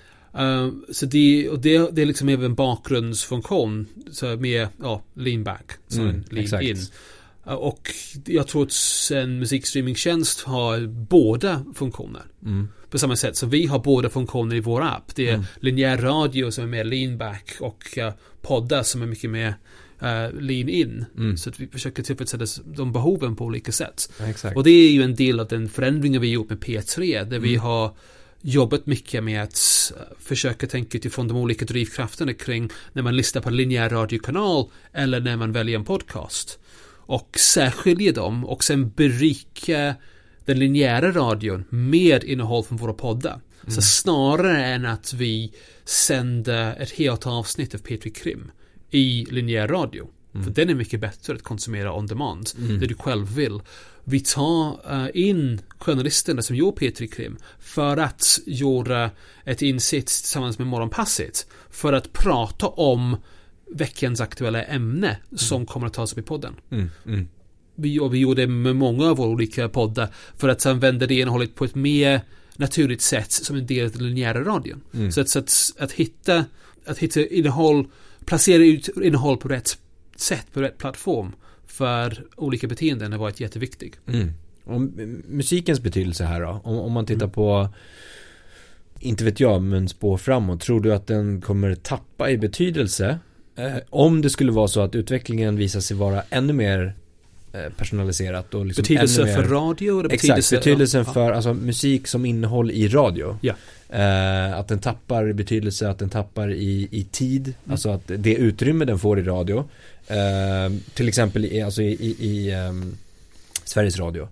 Så det är liksom även en bakgrundsfunktion så med lean back, så en lean exakt. In. Och jag tror att en musikstreamingtjänst har båda funktioner. På samma sätt som vi har båda funktioner i vår app. Det är linjär radio som är mer lean back och poddar som är mycket mer lean in. Så att vi försöker tillfredsställa de behoven på olika sätt. Exakt. Och det är ju en del av den förändringen vi gjort med P3 där vi har jobbat mycket med att försöka tänka utifrån de olika drivkrafterna kring när man listar på en linjär radiokanal eller när man väljer en podcast. Och särskilja dem och sen berika den linjära radion med innehåll från våra poddar. Så snarare än att vi sänder ett helt avsnitt av P3 Krim i linjär radio. För den är mycket bättre att konsumera on demand. Det du själv vill. Vi tar in journalisterna som gör P3 Krim för att göra ett insikt tillsammans med Morgonpasset för att prata om veckans aktuella ämne som kommer att tas upp i podden. Vi gjorde det med många av våra olika poddar för att använda det innehållet på ett mer naturligt sätt som en del av den linjära radion. Så att hitta innehåll, placera ut innehåll på rätt sätt, på rätt plattform för olika beteenden har varit jätteviktig. Och musikens betydelse här då? Om man tittar på, inte vet jag, men spår framåt, tror du att den kommer tappa i betydelse om det skulle vara så att utvecklingen visar sig vara ännu mer personaliserat och liksom betydelse ännu mer, för radio eller betydelsen för alltså musik som innehåll i radio. Att den tappar betydelse, att den tappar i tid, alltså att det utrymme den får i radio till exempel i Sveriges Radio.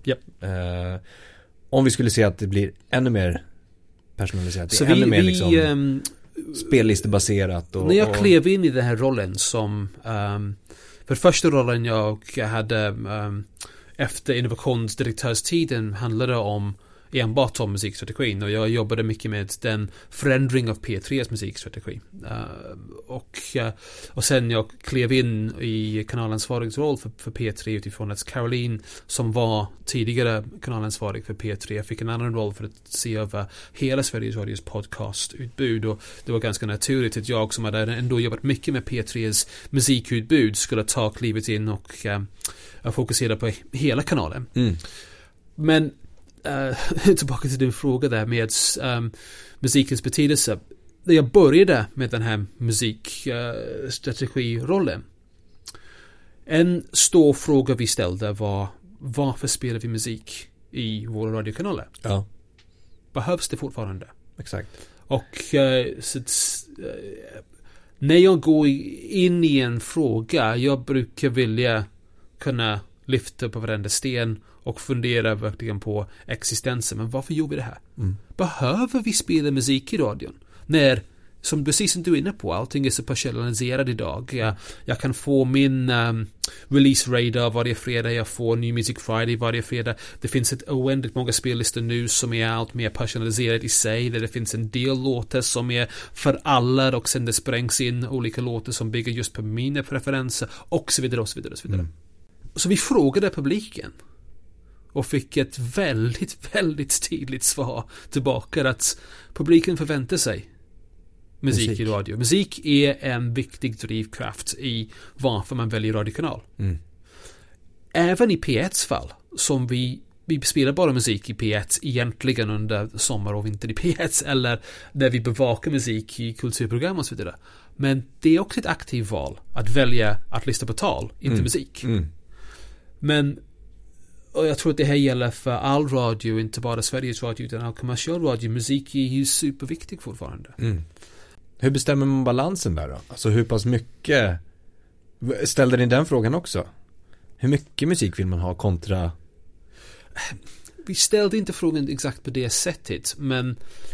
Om vi skulle se att det blir ännu mer personaliserat, så ännu mer liksom spellistebaserat och, när jag klev in i den här rollen som För första rollen jag hade efter innovationsdirektörstiden handlade om enbart om musikstrategin, och jag jobbade mycket med den förändring av P3s musikstrategi. Och sen jag klev in i kanalansvarigs roll för P3 utifrån att Caroline, som var tidigare kanalansvarig för P3, fick en annan roll för att se över hela Sveriges Radios podcastutbud, och det var ganska naturligt att jag, som hade ändå jobbat mycket med P3s musikutbud, skulle ta klivet in och fokusera på hela kanalen. Men tillbaka till din fråga där med musikens betydelse. När jag började med den här musikstrategirollen, en stor fråga vi ställde var: varför spelar vi musik i våra radiokanaler? Ja. Behövs det fortfarande? Exakt. Och när jag går in i en fråga, jag brukar vilja kunna lyfta på varenda sten och fundera verkligen på existensen. Men varför gör vi det här? Behöver vi spela musik i radion? När, som precis som du är inne på, allting är så personaliserat idag. Jag kan få min release radar varje fredag. Jag får New Music Friday varje fredag. Det finns ett oändligt många spellistor nu som är allt mer personaliserat i sig. Där det finns en del låtar som är för alla, och sen det sprängs in olika låtar som bygger just på mina preferenser, och så vidare och så vidare och så vidare. Så vi frågade publiken och fick ett väldigt, väldigt tydligt svar tillbaka, att publiken förväntar sig musik i radio. Musik är en viktig drivkraft i varför man väljer radiokanal. Även i P1s fall, som vi spelar bara musik i P1 egentligen under sommar och vinter i P1, eller där vi bevakar musik i kulturprogram och så vidare. Men det är också ett aktivt val att välja att lyssna på tal, inte musik. Men, och jag tror att det här gäller för all radio, inte bara Sveriges Radio utan all kommersiell radio. Musik är ju superviktig fortfarande. Hur bestämmer man balansen där då? Alltså hur pass mycket, ställde ni den frågan också? Hur mycket musik vill man ha kontra? Vi ställde inte frågan exakt på det sättet, men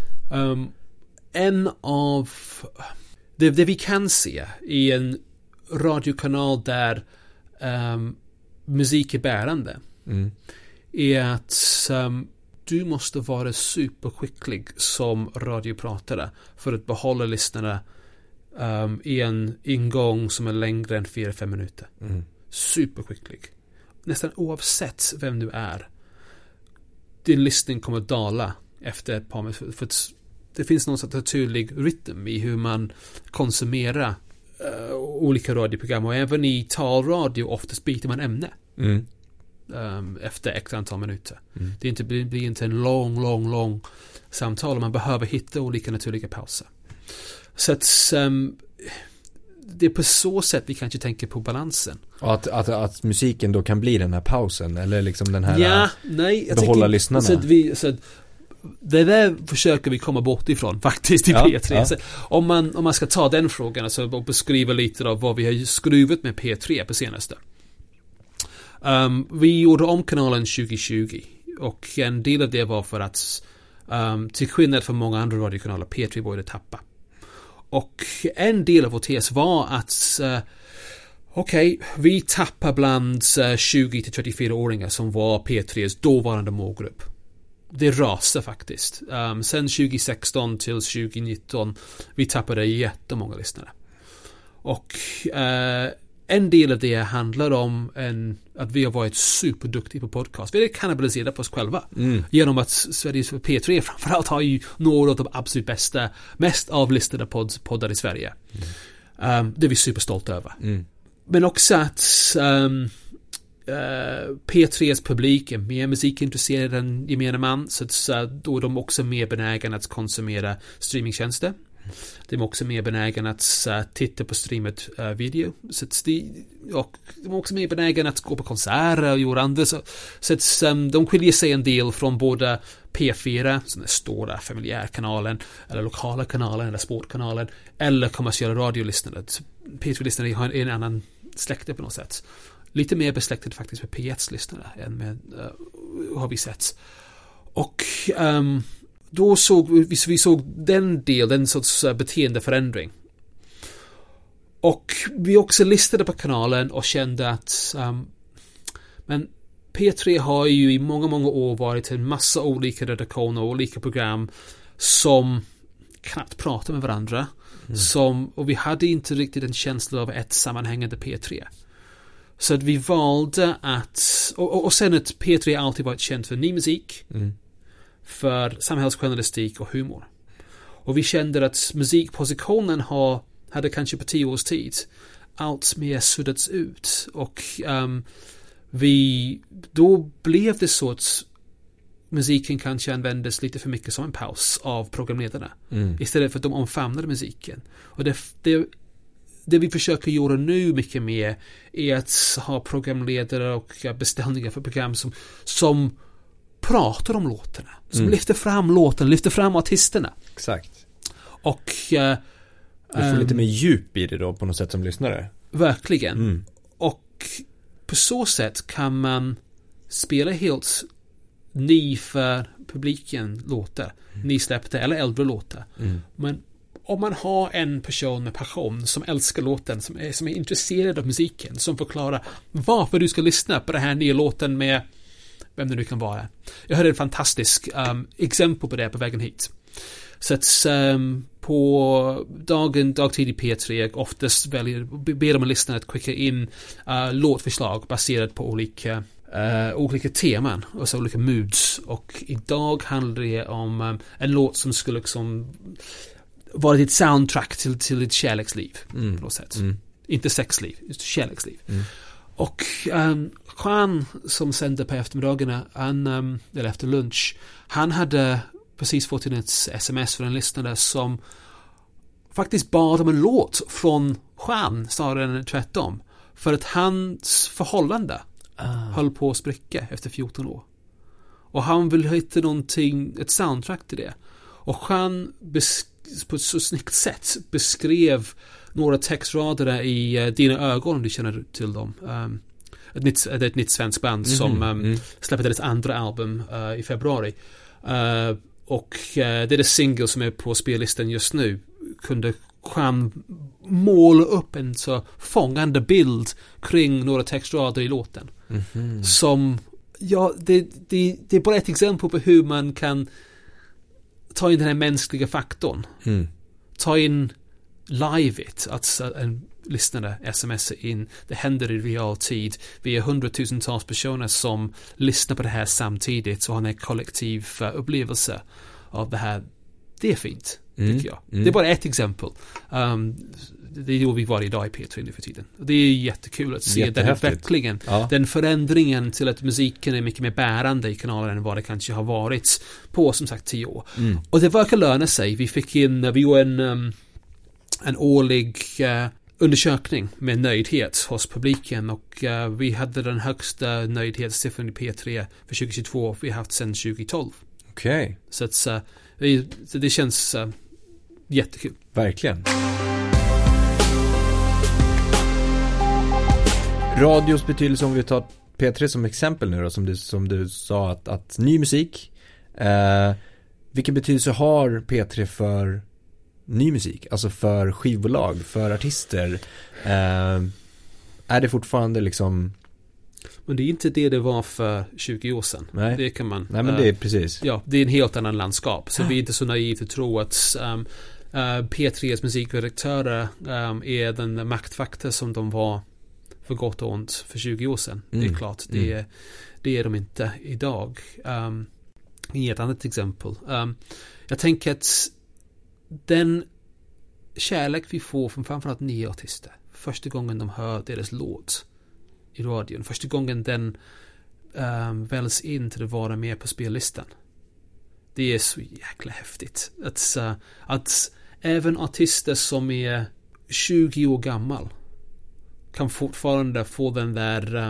en av det vi kan se i en radiokanal där musik är bärande är att du måste vara superskicklig som radiopratare för att behålla lyssnarna i en ingång som är längre än 4-5 minuter. Superskicklig. Nästan oavsett vem du är. Din lyssning kommer att dala efter ett par minuter, för att det finns någon sorts naturlig rytm i hur man konsumerar olika radioprogram, och även i talradio oftast byter man ämne efter ett antal minuter. Det blir inte en lång samtal, och man behöver hitta olika naturliga pauser. Så att det är på så sätt vi kanske tänker på balansen. Och att musiken då kan bli den här pausen, eller liksom den här behålla lyssnarna. Så att det där försöker vi komma bort ifrån faktiskt i P3. Ja. Så om man ska ta den frågan och beskriva lite av vad vi har skruvat med P3 på senaste. Vi gjorde om kanalen 2020, och en del av det var för att till skillnad från många andra radiokanaler, P3 började tappa. Och en del av vår tes var att vi tappar bland 20-34-åringar som var P3s dåvarande målgrupp. Det rasar faktiskt. Sen 2016 till 2019 vi tappade jättemånga lyssnare. Och en del av det handlar om att vi har varit superduktiga på podcast. Vi har kannibaliserat på oss själva. Genom att Sveriges P3 framförallt har ju några av de absolut bästa, mest avlistade poddar i Sverige. Det är vi superstolta över. Men också att P3s publik är mer musikintresserad än gemene man, så då är de också mer benägna att konsumera streamingtjänster. De är också mer benägna att titta på streamet video, så de är också mer benägna att gå på konserter och göra andra, så att de skiljer sig en del från både P4, som är stora familjärkanalen, eller lokala kanalen, eller sportkanalen, eller kommersiella radiolyssnare. P3-lyssnare har en annan släkte på något sätt. Lite mer besläktat faktiskt med P1-lyssnare än med har vi sett. Och då såg vi såg den sorts beteendeförändring. Och vi också listade på kanalen och kände att men P3 har ju i många år varit en massa olika redaktioner och olika program som knappt pratar med varandra. Och vi hade inte riktigt en känsla av ett sammanhängande P3. Så att vi valde att och sen att P3 alltid varit känt för ny musik, för samhällsjournalistik och humor. Och vi kände att musikpositionen hade kanske på 10 års tid allt mer suddats ut. Och då blev det så att musiken kanske användes lite för mycket som en paus av programledarna. Istället för att de omfamnade musiken. Och det vi försöker göra nu mycket mer är att ha programledare och beställningar för program som pratar om låtarna. Som lyfter fram låten, lyfter fram artisterna. Exakt. Och du får lite mer djup i det då på något sätt som lyssnare. Verkligen. Och på så sätt kan man spela helt ny för publiken låtar. Nysläppta eller äldre låtar. Men om man har en person med passion som älskar låten, som är intresserad av musiken, som förklarar varför du ska lyssna på den här nya låten med vem det nu kan vara. Jag hörde en fantastisk exempel på det på vägen hit. Så att på dagtid i P3 oftast ber de lyssnare att skicka in låtförslag baserat på olika teman, alltså olika moods. Och idag handlar det om en låt som skulle liksom vara ett soundtrack till ett kärleksliv på något sätt. Inte sexliv, just kärleksliv. Och Jean som sände på eftermiddagarna, eller efter lunch, han hade precis fått in ett sms från en lyssnare som faktiskt bad om en låt från Jean snarare än tvärtom. För att hans förhållande höll på att spricka efter 14 år. Och han vill hitta ett soundtrack till det. Och Jean på ett så snyggt sätt beskrev några textrader i Dina ögon, om du känner till dem. Ett nytt svensk band som släppte deras andra album i februari. Och det är det single som är på spellistan just nu. Kunde Jean måla upp en så fångande bild kring några textrader i låten. Som, det är bara ett exempel på hur man kan ta in den här mänskliga faktorn. Ta in live-it, att en lyssnare smsar in. Det händer i realtid. Vi är 100,000-tals personer som lyssnar på det här samtidigt, så har en kollektiv upplevelse av det här. Det är fint, tycker jag. Det är bara ett exempel. Det är ju vi varje dag i P3 nu för tiden. Det är jättekul att se den utvecklingen. Den förändringen till att musiken är mycket mer bärande i kanalen än vad det kanske har varit på, som sagt, 10 år. Och det verkar löna sig. Vi gjorde en årlig undersökning med nöjdhet hos publiken, och vi hade den högsta nöjdhetssiffran i P3 för 2022 vi har haft sedan 2012. Okej. Så att det känns jättekul. Verkligen. Radios betydelse, om vi tar P3 som exempel nu då, som du sa att ny musik, vilken betydelse har P3 för ny musik, alltså för skivbolag, för artister? Är det fortfarande liksom... Men det är inte det var för 20 år sedan. Nej. Det kan man... Nej, men det är precis. Ja, det är en helt annan landskap. Så vi är inte så naivt att tro att P3s musikredaktörer är den maktfaktor som de var för gott och ont för 20 år sedan. Det är klart. Det är de inte idag. Ett annat exempel. Jag tänker att den kärlek vi får från framförallt nya artister, första gången de hör deras låt i radion, första gången den väljs in till att vara med på spellistan, det är så jäkla häftigt att även artister som är 20 år gammal kan fortfarande få den där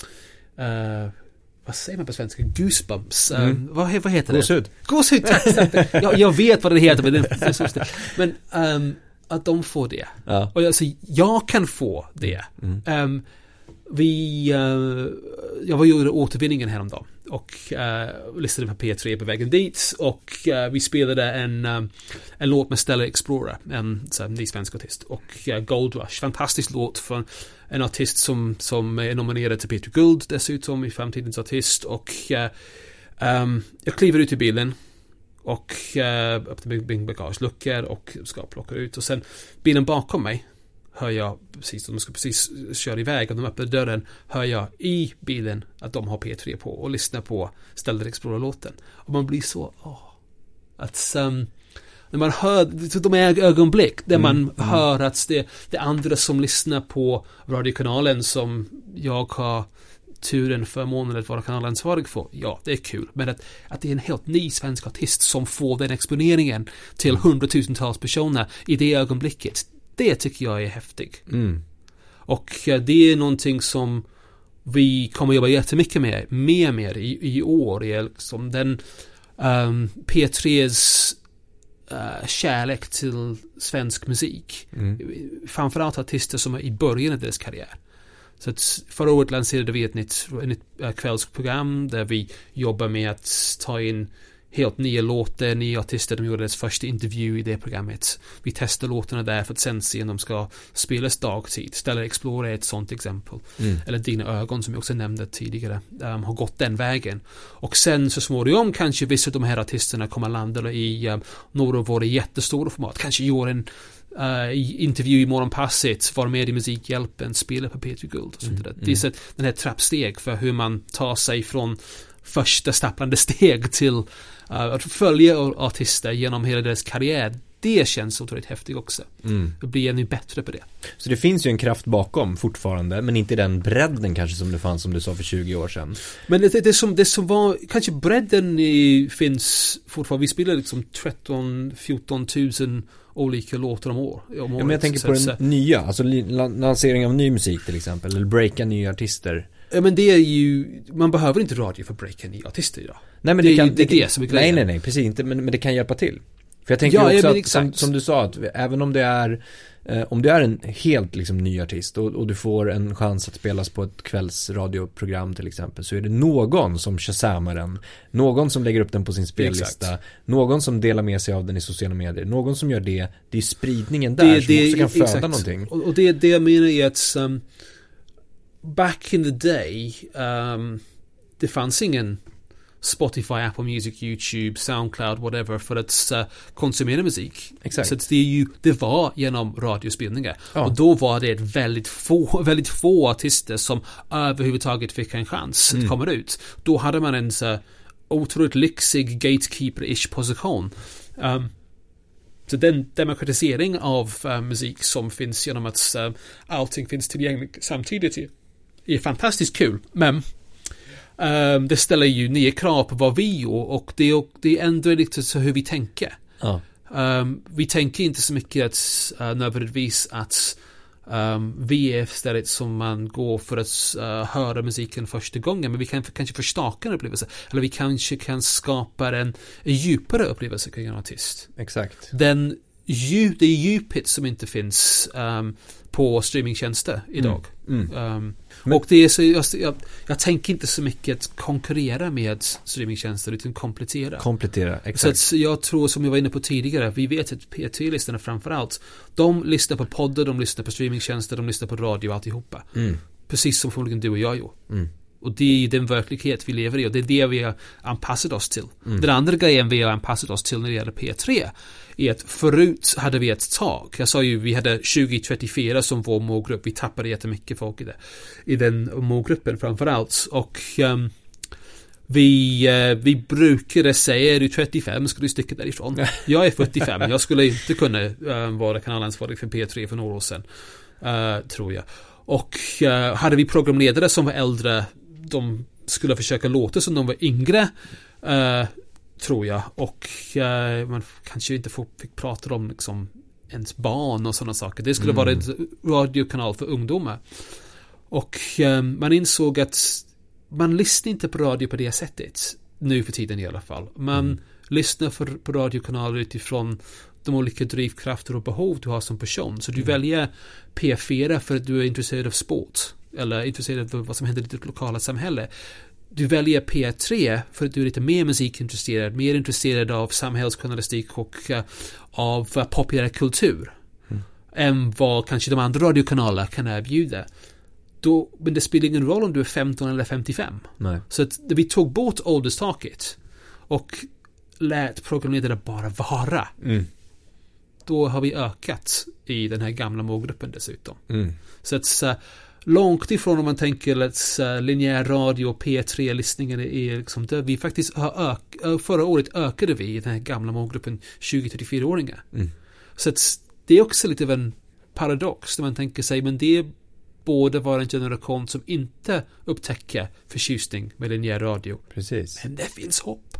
vad säger man på svenska? Goosebumps. Vad heter det? Gåshud. Jag vet vad det heter, men det är så men att de får det. Ja. Och alltså, jag kan få det. Jag var ju i återvinningen häromdagen, och lyssnade på P3 på vägen dit, och vi spelade en låt med Stellar Explorer, en ny svensk artist, och Gold Rush, fantastisk låt från en artist som är nominerad till P3 Guld dessutom i framtidens artist. Och jag kliver ut i bilen och öppnar min bagageluckor och ska plocka ut, och sen bilen bakom mig hör jag precis, de ska precis köra iväg, och de öppnar dörren, hör jag i bilen att de har P3 på och lyssnar på Stellar Explorer-låten, och man blir så att när man hör de är ögonblick där man hör att det andra som lyssnar på radiokanalen som jag har turen förmånen att vara kanalansvarig för, ja, det är kul, men att det är en helt ny svensk artist som får den exponeringen till hundratusentals personer i det ögonblicket, det tycker jag är häftigt. Och det är någonting som vi kommer jobba jättemycket med i år, som den P3s kärlek till svensk musik, framförallt artister som är i början av deras karriär. Så att förra året lanserade vi ett nytt kvällsprogram där vi jobbar med att ta in helt nya låtar, nya artister. De gjorde deras första intervju i det programmet. Vi testar låtarna där för att sen se om de ska spelas dagtid. Stellar Explorer är ett sånt exempel. Eller Dina ögon, som jag också nämnde tidigare, har gått den vägen. Och sen så småningom kanske vissa av de här artisterna kommer landa i några av våra jättestora format. Kanske gör en intervju i Morgonpasset, vara med i Musikhjälpen, spela på P3 Guld och sånt där. Det är så den här trappsteg för hur man tar sig från första stapplande steg till att följa artister genom hela deras karriär. Det känns otroligt häftigt också. Det blir ännu bättre på det. Så det finns ju en kraft bakom fortfarande, men inte den bredden kanske som det fanns, som du sa, för 20 år sedan. Men det som var, kanske bredden finns fortfarande. Vi spelar liksom 13-14 000 olika låtar om året. Ja, men jag tänker på den nya, alltså lansering av ny musik till exempel, eller breaka nya artister. Ja, men det är ju, man behöver inte radio för att breaka nya artister idag. Nej, men det som är grejen. Nej, precis inte, men det kan hjälpa till. För jag tänker också att, som du sa, att även om det är om du är en helt liksom ny artist och du får en chans att spelas på ett kvällsradioprogram till exempel, så är det någon som shazammar den, någon som lägger upp den på sin spellista, någon som delar med sig av den i sociala medier, någon som gör det är spridningen där som också kan föda någonting. Och det jag menar är att back in the day det fanns ingen Spotify, Apple Music, YouTube, Soundcloud, whatever, för att konsumera musik. Exakt. Så det var genom radiospelningar. Ja. Och då var det väldigt få artister som överhuvudtaget fick en chans att komma ut. Då hade man en så otroligt lyxig gatekeeper-ish position. Så den demokratisering av musik som finns genom att allting finns tillgängligt samtidigt är fantastiskt kul. Men det ställer ju nya krav på vad vi gör, och det är ändå lite så hur vi tänker. Ja. Vi tänker inte så mycket att nödvändigtvis att vi är stället som man går för att höra musiken första gången, men vi kan kanske förstärka en upplevelse, eller vi kanske kan skapa en djupare upplevelse kring en artist. Exakt. Det djupet som inte finns på streamingtjänster idag. Och det är så, jag tänker inte så mycket att konkurrera med streamingtjänster, utan komplettera, exakt. Så att jag tror, som jag var inne på tidigare, vi vet att P3-listorna framförallt, de lyssnar på poddar, de lyssnar på streamingtjänster, de lyssnar på radio och alltihopa. Precis som förmodligen du och jag gör. Och det är den verklighet vi lever i, och det är det vi har anpassat oss till. Den andra grejen vi har anpassat oss till när det gäller P3 är att förut hade vi ett tag. Jag sa ju, vi hade 2034 som vår målgrupp. Vi tappade jättemycket folk i den målgruppen framförallt. Och vi brukade säga, är du 35 ska du sticka därifrån. Jag är 45, jag skulle inte kunna vara kanalansvarig för P3 för några år sedan, tror jag. Och hade vi programledare som var äldre, de skulle försöka låta som de var yngre, tror jag. Och man kanske inte fick prata om liksom ens barn och sådana saker. Det skulle vara en radiokanal för ungdomar. Och man insåg att man lyssnar inte på radio på det sättet nu för tiden i alla fall. Man lyssnar på radiokanaler utifrån de olika drivkrafter och behov du har som person. Så du väljer P4 för att du är intresserad av sport eller intresserad av vad som händer i ditt lokala samhälle. du väljer P3 för att du är lite mer musikintresserad, mer intresserad av samhällsjournalistik och av populärkultur än vad kanske de andra radiokanalerna kan erbjuda. Men det spelar ingen roll om du är 15 eller 55. Nej. Så att vi tog bort ålderstaket och lät programledare bara vara. Då har vi ökat i den här gamla målgruppen dessutom. Så att långt ifrån om man tänker att linjär radio och P3-listningen är liksom där vi faktiskt har förra året ökade vi i den här gamla målgruppen 20-34-åringar. Så att det är också lite av en paradox där man tänker sig, men det borde vara en generation som inte upptäcker förtjusning med linjär radio. Precis. Men det finns hopp.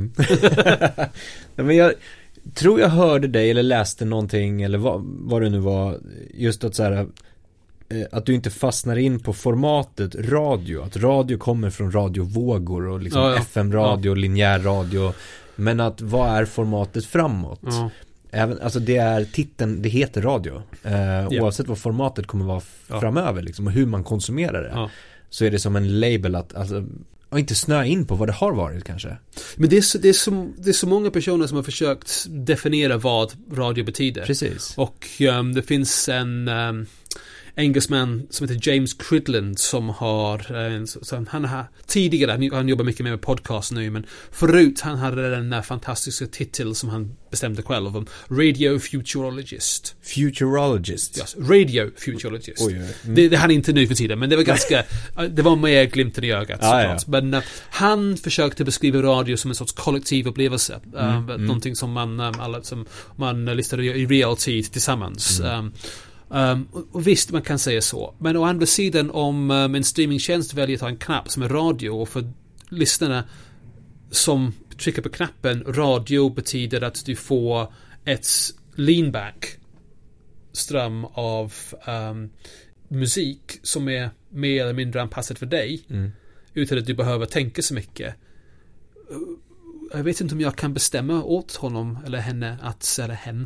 Men jag tror jag hörde dig eller läste någonting eller vad det nu var, just att så här, att du inte fastnar in på formatet radio, att radio kommer från radiovågor och liksom FM-radio, linjär radio, men att vad är formatet framåt? Även, alltså det är titeln, det heter radio, oavsett vad formatet kommer vara framöver liksom, och hur man konsumerar det, så är det som en label att alltså, och inte snöa in på vad det har varit kanske. Men det är så många personer som har försökt definiera vad radio betyder. Precis. Och det finns en engelsman som heter James Cridland som han har tidigare, han jobbar mycket med podcast nu, men förut han hade den där fantastiska titel som han bestämde själv om Radio Futurologist. Yes, Radio Futurologist. Det han inte nu för tiden, men det var ganska det var mer glimten i ögat såklart. Men han försökte beskriva radio som en sorts kollektiv upplevelse, någonting som man listade i realtid tillsammans. Och visst, man kan säga så. Men å andra sidan, om en streamingtjänst väljer att ha en knapp som är radio, och för lyssnarna som trycker på knappen radio betyder att du får ett leanback ström av musik som är mer eller mindre anpassad för dig, utan att du behöver tänka så mycket. Jag vet inte om jag kan bestämma åt honom eller henne att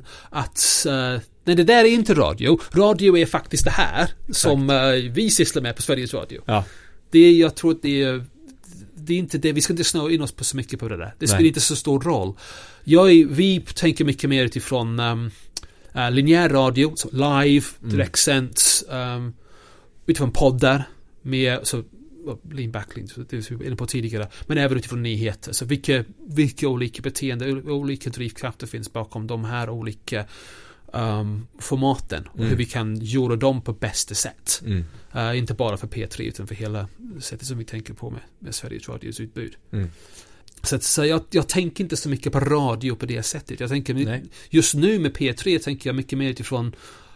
nej, det där är inte radio. Radio är faktiskt det här som vi sysslar med på Sveriges Radio. Jag tror att det är inte det. Vi ska inte snöa in oss på så mycket på det där. Det spelar inte så stor roll. Vi tänker mycket mer utifrån linjär radio, så live, direktsänt, utifrån poddar med så lean backlink, det var inne på tidigare, men även utifrån nyheter. Så vilka olika beteenden, olika drivkrafter finns bakom de här olika formaten, och hur vi kan göra dem på bästa sätt. Inte bara för P3 utan för hela sättet som vi tänker på med Sveriges Radios utbud. Så jag tänker inte så mycket på radio på det sättet. Jag tänker just nu med P3 tänker jag mycket mer utifrån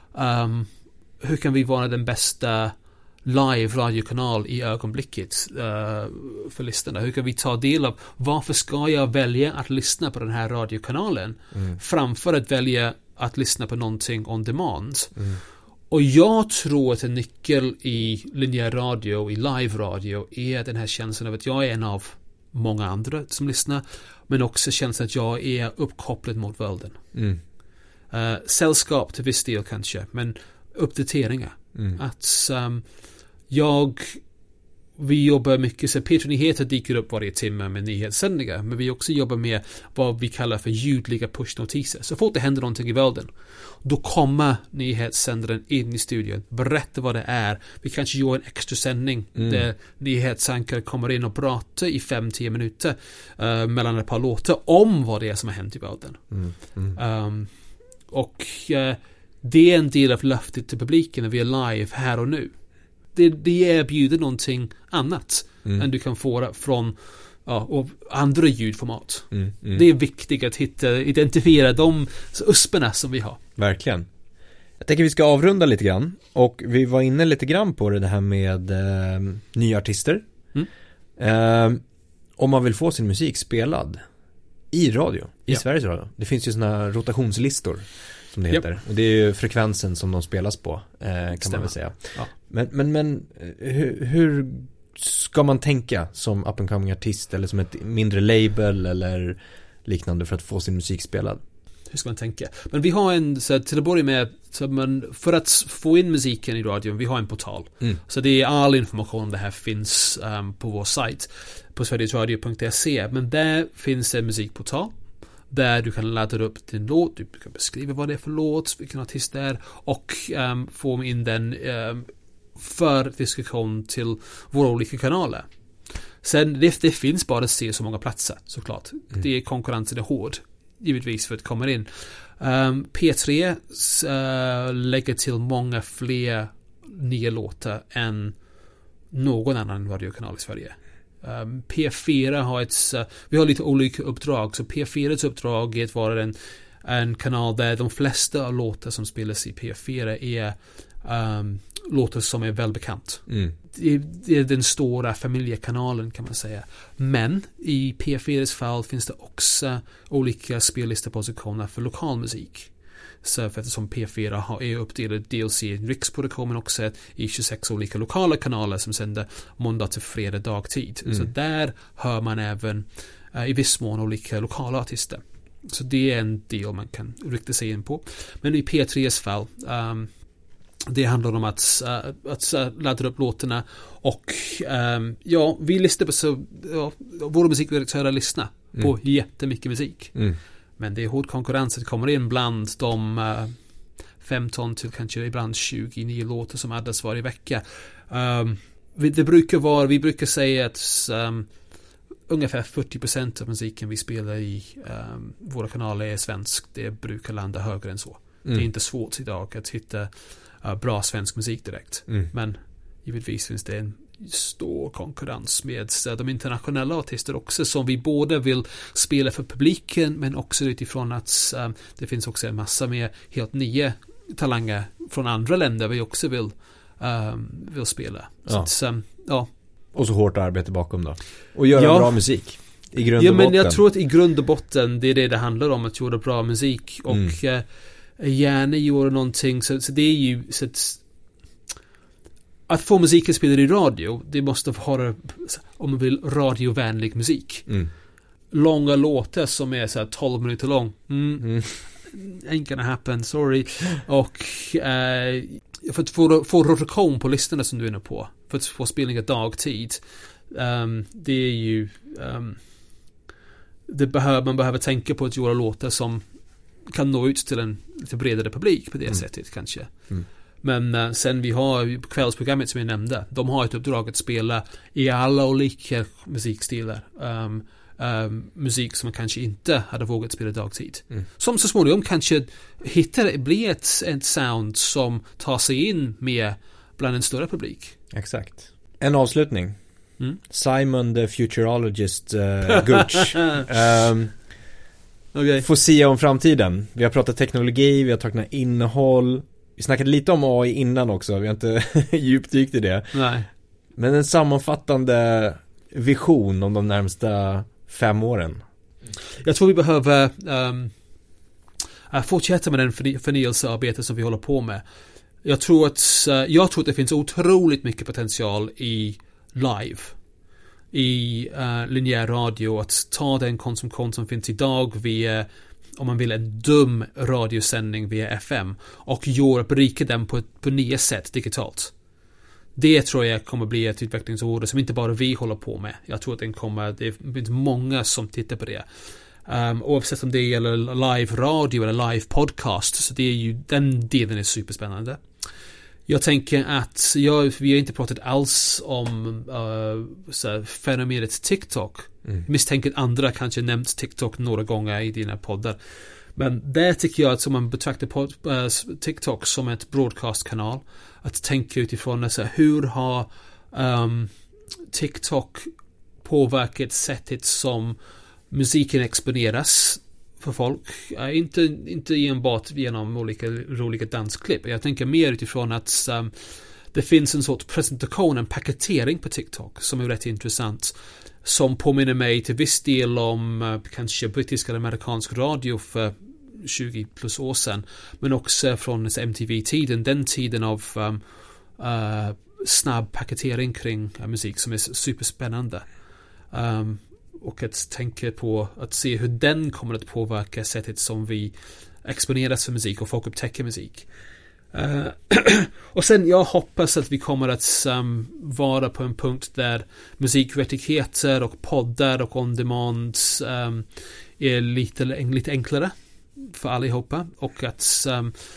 hur kan vi vara den bästa live radiokanal i ögonblicket för lyssnarna. Hur kan vi ta del av, varför ska jag välja att lyssna på den här radiokanalen framför att välja att lyssna på någonting on demand. Och jag tror att en nyckel i linjär radio, i live radio, är den här känslan av att jag är en av många andra som lyssnar, men också känslan att jag är uppkopplad mot världen. Sällskap till viss del kanske, men uppdateringar. Att vi jobbar mycket, så P3-nyheter dyker upp varje timme med nyhetssändningar, men vi också jobbar med vad vi kallar för ljudliga pushnotiser. Så fort det händer någonting i världen, då kommer nyhetssändaren in i studion, berättar vad det är. Vi kanske gör en extra sändning där nyhetsankare kommer in och pratar i 5-10 minuter mellan ett par låtar om vad det är som har hänt i världen. Och det är en del av löftet till publiken när vi är live här och nu. Det erbjuder någonting annat än du kan få från och andra ljudformat. Det är viktigt att identifiera de usperna som vi har. Verkligen. Jag tänker vi ska avrunda lite grann, och vi var inne lite grann på det här med nya artister. Om man vill få sin musik spelad i radio, i Sveriges Radio. Det finns ju såna rotationslistor som det heter. Och det är ju frekvensen som de spelas på, kan man väl säga. Men hur ska man tänka som up-and-coming artist eller som ett mindre label eller liknande för att få sin musik spelad? hur ska man tänka? Men vi har så till att börja med, för att få in musiken i radion, vi har en portal. Så det är all information om det här finns på vår sajt, på sverigesradio.se. Men där finns en musikportal där du kan ladda upp din låt, du kan beskriva vad det är för låt, vilken artist det är, och få in den för diskussion till våra olika kanaler. Sen det finns bara så många platser, såklart. Det är konkurrensen är hård, givetvis, för att komma in. P3 lägger till många fler nya låtar än någon annan radiokanal i Sverige. P4 har vi har lite olika uppdrag, så P4:s uppdrag är att vara en kanal där de flesta av låtar som spelas i P4 är låtar som är välbekant. Det är den stora familjekanalen, kan man säga. Men i P4:s fall finns det också olika spellistepositioner för lokal musik. Så för eftersom P4 är uppdelat dels i riksproduktion men också i 26 olika lokala kanaler som sänder måndag till fredag dagtid. Så där hör man även i viss mån olika lokala artister. Så det är en del man kan rikta sig in på. Men i P3:s fall det handlar om att ladda upp låtarna och vi listar på våra musikredaktörer lyssnar på jättemycket musik. Men det är hård konkurrens. Det kommer in bland de 15 till kanske ibland 29 låtar som addas varje vecka. Vi brukar säga att ungefär 40% av musiken vi spelar i våra kanaler är svensk. Det brukar landa högre än så. Det är inte svårt idag att hitta bra svensk musik direkt. Men givetvis finns det en stor konkurrens med de internationella artister också, som vi både vill spela för publiken men också utifrån att det finns också en massa med helt nya talanger från andra länder vi också vill spela. Så att, och så hårt arbete bakom då. Och göra bra musik i grund och botten. Men jag tror att i grund och botten det är det handlar om, att göra bra musik och gärna göra någonting så det är ju så att få musiken spelad i radio, det måste vara, om man vill, radiovänlig musik. Långa låtar som är så här 12 minuter lång. Ain't gonna happen, sorry. Och för att få rotation på listorna som du är inne på, för att få spelningar dagtid, det är ju man behöver tänka på att göra låtar som kan nå ut till en lite bredare publik på det sättet kanske. Men sen vi har kvällsprogrammet som jag nämnde, de har ett uppdrag att spela i alla olika musikstilar. Musik som man kanske inte hade vågat spela dagtid. Som så småningom kanske blir ett sound som tar sig in med bland en större publik. Exakt. En avslutning. Simon the Futurologist Gooch. Okay. Får se om framtiden. Vi har pratat teknologi, vi har tagit innehåll. Vi snackade lite om AI innan också. Vi har inte djupdykt i det. Nej. Men en sammanfattande vision om de närmsta 5 åren. Jag tror vi behöver fortsätta med den förnyelsearbete som vi håller på med. Jag tror att det finns otroligt mycket potential i live, i linjär radio, att ta den konsumtion som finns idag via, om man vill, en dum radiosändning via FM och berika den på nya sätt digitalt. Det tror jag kommer bli ett utvecklingsområde som inte bara vi håller på med. Jag tror att det finns många som tittar på det. Oavsett om det gäller live radio eller live podcast, så det är ju, den delen är superspännande. Jag tänker att vi har inte pratat alls om fenomenet TikTok. Misstänker att andra kanske nämnt TikTok några gånger i dina poddar. Men där tycker jag att om man betraktar TikTok som ett broadcastkanal, att tänka utifrån hur har TikTok påverkat sättet som musiken exponeras för folk. Inte enbart genom olika roliga dansklipp. Jag tänker mer utifrån att det finns en sorts presentation, en paketering på TikTok som är rätt intressant, som påminner mig till viss del om kanske brittisk eller amerikansk radio för 20 plus år sedan, men också från MTV-tiden, den tiden av snabb paketering kring musik som är superspännande. och att tänka på att se hur den kommer att påverka sättet som vi exponeras för musik och folk upptäcker musik. Och sen jag hoppas att vi kommer att vara på en punkt där musikrättigheter och poddar och on demand är lite enklare för allihopa, och att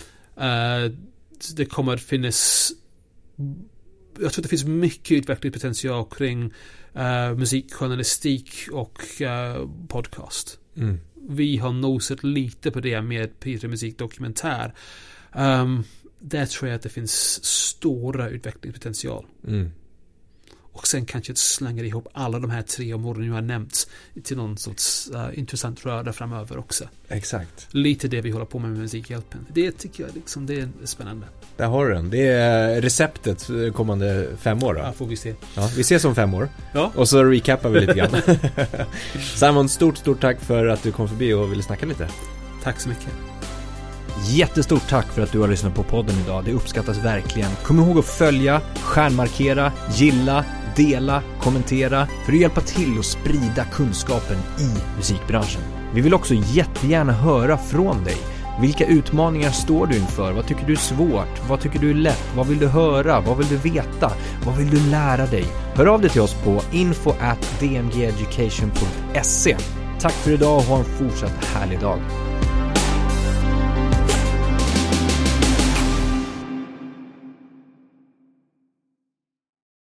det kommer att finnas, jag tror att det finns mycket utvecklingspotential kring musikjournalistik och podcast. Vi har nosat lite på det med P3 musikdokumentär. Där tror jag att det finns stora utvecklingspotential. Och sen kanske att slänga ihop alla de här 3 områden jag har nämnt till någon sorts intressant röra framöver också. Exakt. Lite det vi håller på med Musikhjälpen. Det tycker jag liksom, det är spännande. Där har du den. Det är receptet kommande 5 år då. Ja, får vi se. Ja, vi ses om 5 år. Ja. Och så recappar vi lite grann. Simon, stort tack för att du kom förbi och ville snacka lite. Tack så mycket. Jättestort tack för att du har lyssnat på podden idag. Det uppskattas verkligen. Kom ihåg att följa, stjärnmarkera, gilla, dela, kommentera för att hjälpa till att sprida kunskapen i musikbranschen. Vi vill också jättegärna höra från dig. Vilka utmaningar står du inför? Vad tycker du är svårt? Vad tycker du är lätt? Vad vill du höra? Vad vill du veta? Vad vill du lära dig? Hör av dig till oss på info@dmgeducation.se. Tack för idag och ha en fortsatt härlig dag.